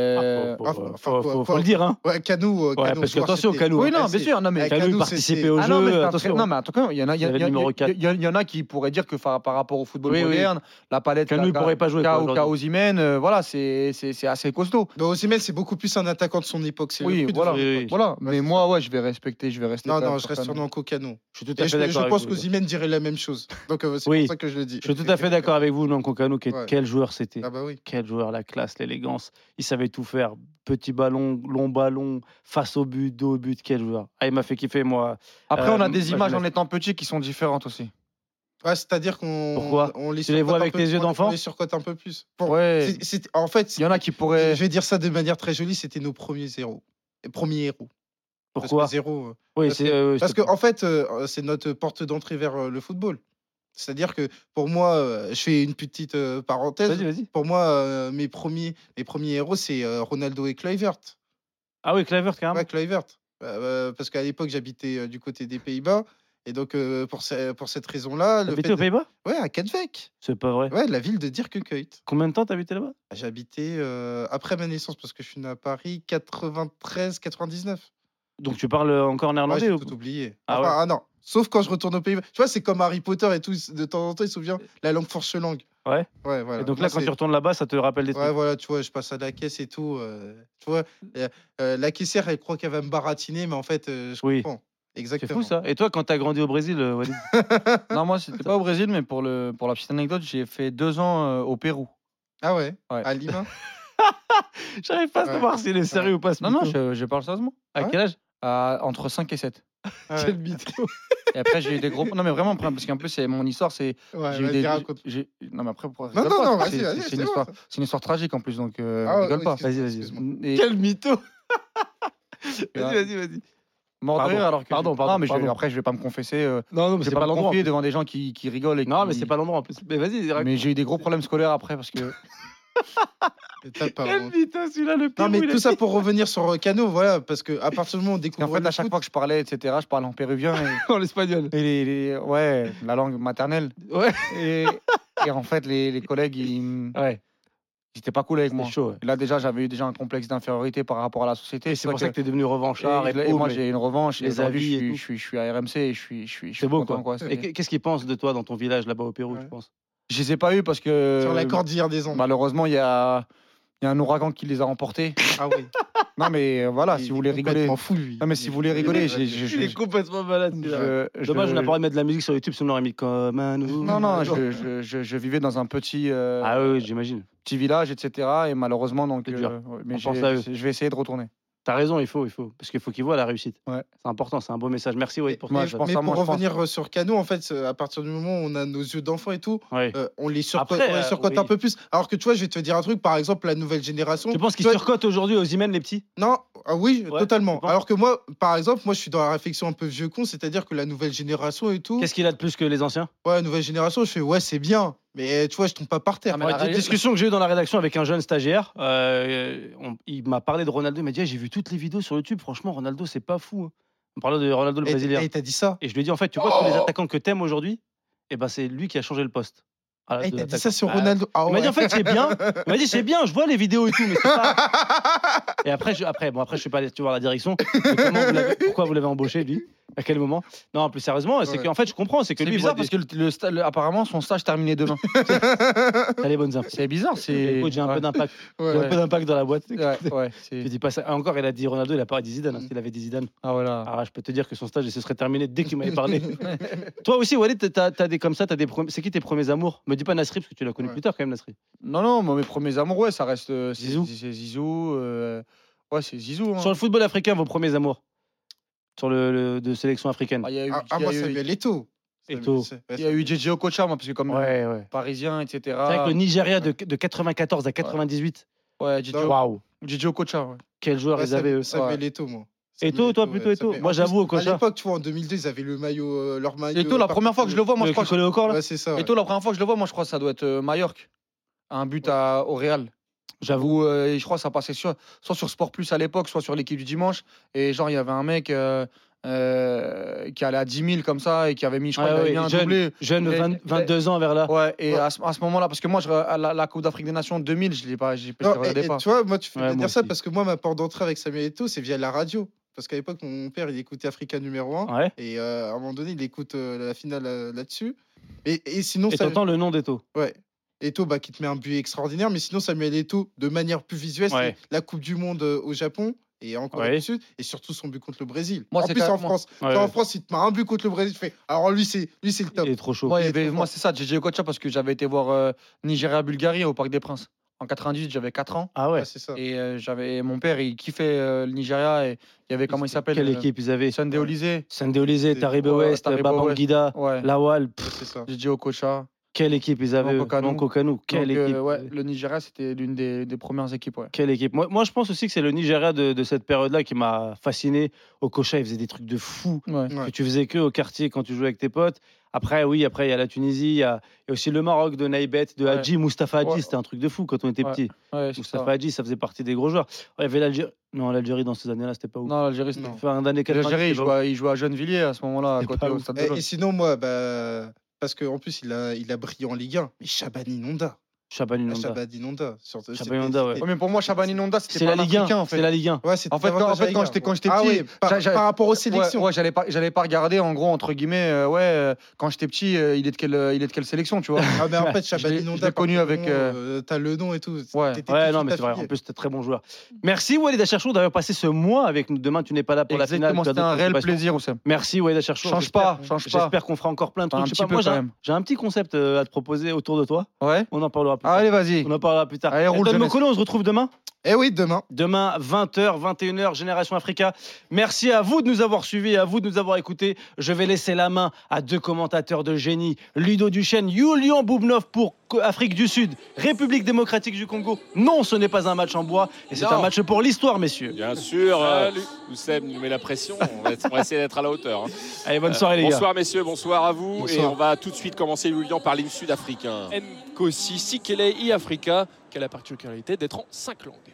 le dire, hein. Ouais, Kanu. Parce que attention, Kanu. Oui, non, bien sûr. Non, mais Kanu participait au jeu. Non, mais en tout cas, il y en a qui pourraient dire que par rapport au football moderne, la palette. Kanu ne pourrait pas jouer. Osimhen, voilà, c'est assez costaud. Mais Osimhen, c'est beaucoup plus un attaquant de son époque. Oui, voilà. Mais moi, ouais, je vais rester. Non, je reste sur Nwankwo Kanu. Je suis tout à fait d'accord. Je pense qu'Osimhen dirait la même chose. Donc c'est pour ça que je le dis. Je suis tout à fait d'accord avec vous, Nwankwo Kanu. Quel joueur c'était. Ah bah oui. Quel joueur, la classe, l'élégance. Il savait tout faire. Petit ballon, long ballon, face au but, dos au but. Quel joueur. Il m'a fait kiffer, moi. Après, on a des images en étant petit qui sont différentes aussi. Ouais, c'est-à-dire qu'on. Pourquoi tu les vois avec tes yeux d'enfant? On les surcote un peu plus. Ouais. En fait, il y en a qui pourraient. Je vais dire ça de manière très jolie, c'était nos premiers héros. Pourquoi? Parce qu'en fait, c'est notre porte d'entrée vers le football. C'est-à-dire que pour moi, je fais une petite parenthèse. Vas-y. Pour moi, mes premiers héros, c'est Ronaldo et Kluivert. Ah oui, Kluivert, quand même. Ouais, Kluivert. Parce qu'à l'époque, j'habitais du côté des Pays-Bas. Et donc, pour cette raison-là. T'habitais aux Pays-Bas? Ouais, à Katwijk. C'est pas vrai. Ouais, la ville de Dirk-Kuyt. Combien de temps t'habitais là-bas? J'habitais après ma naissance, parce que je suis né à Paris, 93-99. Donc tu parles encore néerlandais? J'ai tout oublié. Ah non. Sauf quand je retourne aux Pays-Bas. Tu vois, c'est comme Harry Potter et tout. De temps en temps, il se souvient la langue forche-langue. Ouais. Voilà. Et donc là, quand tu retournes là-bas, ça te rappelle des trucs. Ouais, voilà, tu vois, je passe à la caisse et tout. Tu vois, la caissière, elle croit qu'elle va me baratiner, mais en fait, je comprends. Exactement. C'est fou ça. Et toi, quand t'as grandi au Brésil, Walid? Non, moi, c'était pas au Brésil, mais pour la petite anecdote, j'ai fait 2 ans au Pérou. Ah ouais. À Lima. J'arrive pas à savoir s'il est sérieux ou pas. Non, je parle sérieusement. À quel âge? Entre 5 et 7. Quel mytho. Et après, j'ai eu des gros. Non, mais vraiment, parce qu'en plus, c'est mon histoire. C'est. Ouais, j'ai eu des. Non, mais après, vas-y, c'est une histoire tragique en plus, donc rigole pas. Vas-y. Quel mytho. Vas-y. Mort de rire alors que. Pardon. Non, mais après, je vais pas me confesser. Non, mais c'est pas l'endroit. Devant des gens qui rigolent. Non, mais c'est pas l'endroit en plus. Mais vas-y. Mais j'ai eu des gros problèmes scolaires après parce que. Quel mytho, celui-là, le pire. Non, mais tout ça pour revenir sur Cano, voilà, parce que à partir du moment où on découvre. En fait, à chaque fois que je parlais, etc., je parlais en péruvien. En espagnol. Et ouais, la langue maternelle. Ouais. Et en fait, les collègues, ils étaient pas cool avec moi. Chaud, ouais. Et là, déjà, j'avais eu un complexe d'infériorité par rapport à la société. Et c'est pour ça que tu es devenu revanchard. Et moi, j'ai une revanche. Les avis. Je suis à RMC et je suis c'est beau, content, quoi. Et qu'est-ce qu'ils pensent de toi dans ton village là-bas au Pérou, tu penses? Je les ai pas eu parce que. Sur la cordillère des Andes. Malheureusement, il y a un ouragan qui les a emportés. Ah oui. Non, mais voilà, si vous voulez rigoler. Fou, lui. Non, mais si vous voulez rigoler, il est complètement malade. Dommage, on n'a pas envie de mettre de la musique sur YouTube, sinon on aurait mis comme un. Non, je vivais dans un petit. Ah oui, j'imagine. Petit village, etc. Et malheureusement, donc. Mais je vais essayer de retourner. T'as raison, il faut. Parce qu'il faut qu'il voit la réussite. Ouais. C'est important, c'est un beau message. Merci, Walid, pour Moi, ça. je pense Mais à pour moi, je pense. revenir sur Kano, en fait, à partir du moment où on a nos yeux d'enfant et tout, Ouais. on les surcote, Après, surcote oui. un peu plus. Alors que tu vois, je vais te dire un truc, par exemple, la nouvelle génération. Tu penses qu'ils tu vois, surcotent aujourd'hui aux Imen, les petits? Non, oui, Ouais, totalement. tu penses Alors que moi, par exemple, moi, je suis dans la réflexion un peu vieux con, c'est-à-dire que la nouvelle génération et tout. Qu'est-ce qu'il a de plus que les anciens? Ouais, nouvelle génération, je fais ouais, c'est bien. Mais tu vois, je tombe pas par terre. Ah, mais Ouais, la une réalité- discussion que j'ai eue dans la rédaction avec un jeune stagiaire. Il m'a parlé de Ronaldo. Il m'a dit ah, j'ai vu toutes les vidéos sur YouTube. Franchement, Ronaldo, c'est pas fou. Hein. On parlait de Ronaldo le Brésilien. Et t'as dit ça. Et je lui ai dit en fait, tu vois tous les attaquants que t'aimes aujourd'hui, et ben c'est lui qui a changé le poste. À la- Et de t'as dit l'attaquant. ça sur Bah, Ronaldo. Ah Il m'a dit ouais. en fait c'est bien. Il m'a dit c'est bien, je vois les vidéos et tout, mais c'est pas. Et après je suis pas allé tu vois la direction. Mais pourquoi vous l'avez embauché lui? À quel moment? Non, plus sérieusement, c'est Ouais. qu'en fait je comprends, c'est que C'est lui il bizarre voit parce que apparemment son stage terminé demain. t'as les bonnes infos. C'est bizarre. C'est. Écoute, j'ai un peu d'impact. Ouais. J'ai un peu d'impact dans la boîte. Ouais, Je c'est. dis pas ça. Encore, il a dit Ronaldo, il a parlé de Zidane. S'il avait dit Zidane, Ah voilà. je peux te dire que son stage il se serait terminé dès qu'il m'avait parlé. Toi aussi, Walid, t'as des comme ça, c'est qui tes premiers amours? Me dis pas Nasri parce que tu l'as connu Ouais. plus tard quand même, Nasri. Non, moi, mes premiers amours, ouais, ça reste Zizou. C'est Zizou. Ouais, c'est Zizou. Hein. Sur le football africain, vos premiers amours sur le de sélection africaine. Ah, il y a eu, Moi, il y a eu- Samuel Eto'o. Eto'o. il y a eu JJ Okocha, moi, parce que comme Ouais. parisien, etc. C'est vrai que le Nigeria de 94 à 98. Ouais, JJ Waouh. JJ Okocha, ouais. Quel joueur ils avaient eux. Samuel Eto'o, moi. Eto'o, toi, plutôt Eto'o. Moi, j'avoue, À Okocha. l'époque, tu vois, en 2002, ils avaient le maillot, leur maillot. Eto'o, la première fois que je le vois, moi, je Le crois qui collait au corps là. Ouais, c'est ça. ouais. Eto'o, la première fois que je le vois, moi, je crois que ça doit être Mallorca. Un but au Real. J'avoue. Où je crois que ça passait soit sur Sport Plus à l'époque, soit sur l'équipe du dimanche. Et genre, il y avait un mec qui allait à 10 000 comme ça et qui avait mis, je crois, il avait mis un doublé. Jeune, Et- 22 ans vers là. Ouais, et Ouais. à ce moment-là, parce que moi, la Coupe d'Afrique des Nations 2000, je ne Non, regardais pas. tu vois, moi, tu fais Ouais, bien moi dire ça aussi. parce que moi, ma porte d'entrée avec Samuel Eto'o, c'est via la radio. Parce qu'à l'époque, mon père, il écoutait Africa numéro 1. Ouais. Et à un moment donné, il écoute la finale là-dessus. Et sinon, Et ça. t'entends le nom d'Eto'o. Ouais. Eto'o, qui te met un but extraordinaire. Mais sinon, Samuel Eto'o, de manière plus visuelle, Ouais. c'est la Coupe du Monde au Japon et en Corée Ouais. du Sud. Et surtout son but contre le Brésil. Moi, en c'est plus, quand en même- France. Ouais. En France, il te met un but contre le Brésil. Tu fais. Alors, lui, c'est le top. Il est trop chaud. Moi, il est trop moi, fort. c'est ça, JJ Okocha, parce que j'avais été voir Nigeria-Bulgarie au Parc des Princes. En 98, j'avais 4 ans. Ah ouais. Ouais, c'est ça. Et j'avais mon père, il kiffait le Nigeria. Et il y avait, comment il s'appelle Quelle équipe ils avaient? Sunday Olysée. Sunday Olysée, Taribe Ouais, West, Taribe West. Babangida, Ouais. Lawal. Ouais, c'est ça. JJ Okocha. Quelle équipe ils avaient? Nwankwo Kanu. Nwankwo Kanu. Quelle Donc, équipe? ouais, le Nigeria, c'était l'une des premières équipes. Ouais. Quelle équipe? Moi, je pense aussi que c'est le Nigeria de cette période-là qui m'a fasciné. Okocha, il faisait des trucs de fou Ouais. Ouais. que tu faisais que au quartier quand tu jouais avec tes potes. Après, oui, après il y a la Tunisie, il y a aussi le Maroc de Naïbet, de Ouais. Hadji, Moustapha Hadji, Ouais. c'était un truc de fou quand on était Ouais. petit. Ouais, c'est Moustapha ça. Hadji, ça faisait partie des gros joueurs. Ouais, il y avait l'Algérie. Non, l'Algérie dans ces années-là, c'était pas ouf. Non, l'Algérie, c'était. Non. Fin d'année 90. L'Algérie, c'était pas ouf. il jouait à Gennevilliers à ce moment-là, à C'est côté pas au ouf. stade de Et l'Ouest. sinon, moi, parce qu'en plus, il a brillé en Ligue 1. Mais Chabani Nonda. Chaban Inonda. Chabani Nonda. Chabani Nonda, ouais. Ouais, mais pour moi, Chabani Nonda, c'était C'est pas la Ligue 1. l'Africain, en fait. C'est la Ligue 1. Ouais, c'était En fait, davantage quand Ligue 1. j'étais petit, Ah oui, par rapport aux sélections. Ouais, j'allais pas regarder en gros entre guillemets. Quand j'étais petit, il est de quelle sélection, tu vois. Ah, mais en fait, Je Chabani l'ai Nonda, connu par avec, contre, t'as le nom et tout. Ouais. T'étais Ouais, tout non, de mais suite c'est vrai. En affilié. plus, c'était très bon joueur. Merci, Walid Acharchour, d'avoir passé ce mois avec nous. Demain, tu n'es pas là pour la finale. Exactement, tu as c'était un d'autres réel occupations. plaisir, Oussem. Merci, Walid Acharchour. Change pas. J'espère qu'on fera encore plein de Un trucs. Je petit sais pas, peu moi, quand même. j'ai un petit concept à te proposer autour de toi. Ouais. On en parlera plus tard. Allez, vas-y. On en parlera plus tard. Allez, roule, Elton jeunesse. Mokolo, on se retrouve demain. Eh oui, demain. Demain, 20h, 21h, Génération Africa. Merci à vous de nous avoir suivis, à vous de nous avoir écoutés. Je vais laisser la main à deux commentateurs de génie. Ludo Duchesne, Julian Boubnov pour Afrique du Sud, République démocratique du Congo. Non, ce n'est pas un match en bois. Et c'est Non. un match pour l'histoire, messieurs. Bien sûr, Oussem nous met la pression. On va essayer d'être à la hauteur. Hein. Allez, bonne soirée, les gars. Bonsoir, messieurs, bonsoir à vous. Bonsoir. Et on va tout de suite commencer, Lilian, par l'hymne sud-africain. Nkosi Sikelei i Africa, qui a la particularité d'être en 5 langues.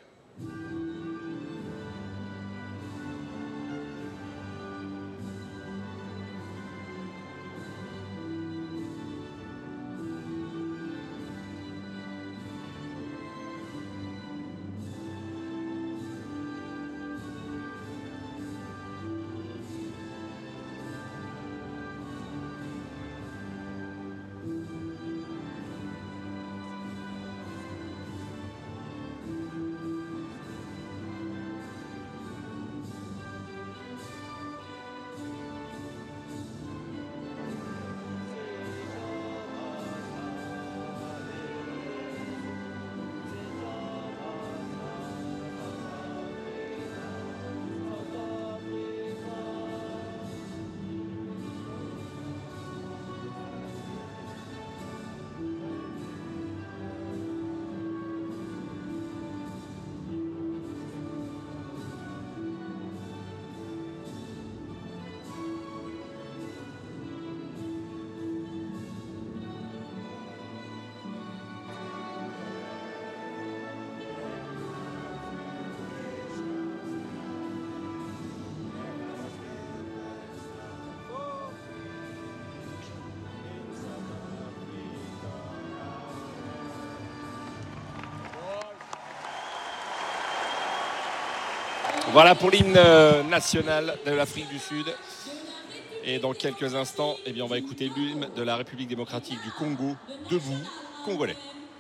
Voilà pour l'hymne national de l'Afrique du Sud. Et dans quelques instants, eh bien, on va écouter l'hymne de la République démocratique du Congo, debout, congolais.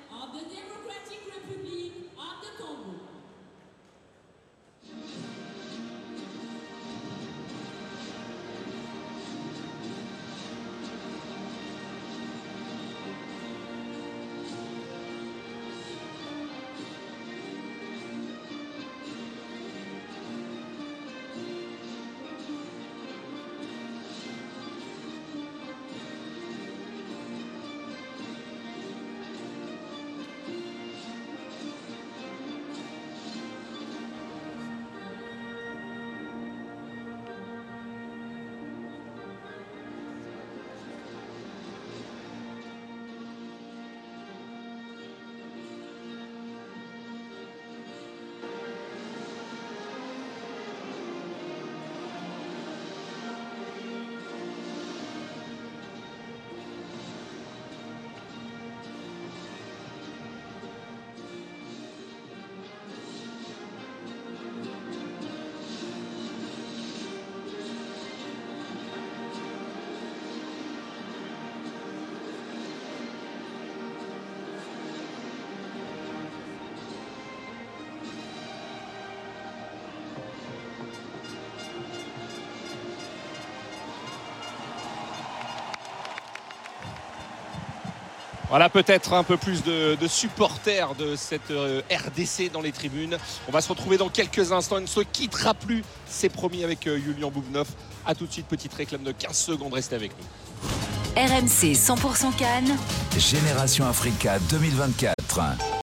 Voilà, peut-être un peu plus de supporters de cette RDC dans les tribunes. On va se retrouver dans quelques instants. On ne se quittera plus, c'est promis, avec Julian Boubnov. A tout de suite, petite réclame de 15 secondes. Restez avec nous. RMC 100% Cannes. Génération Africa 2024.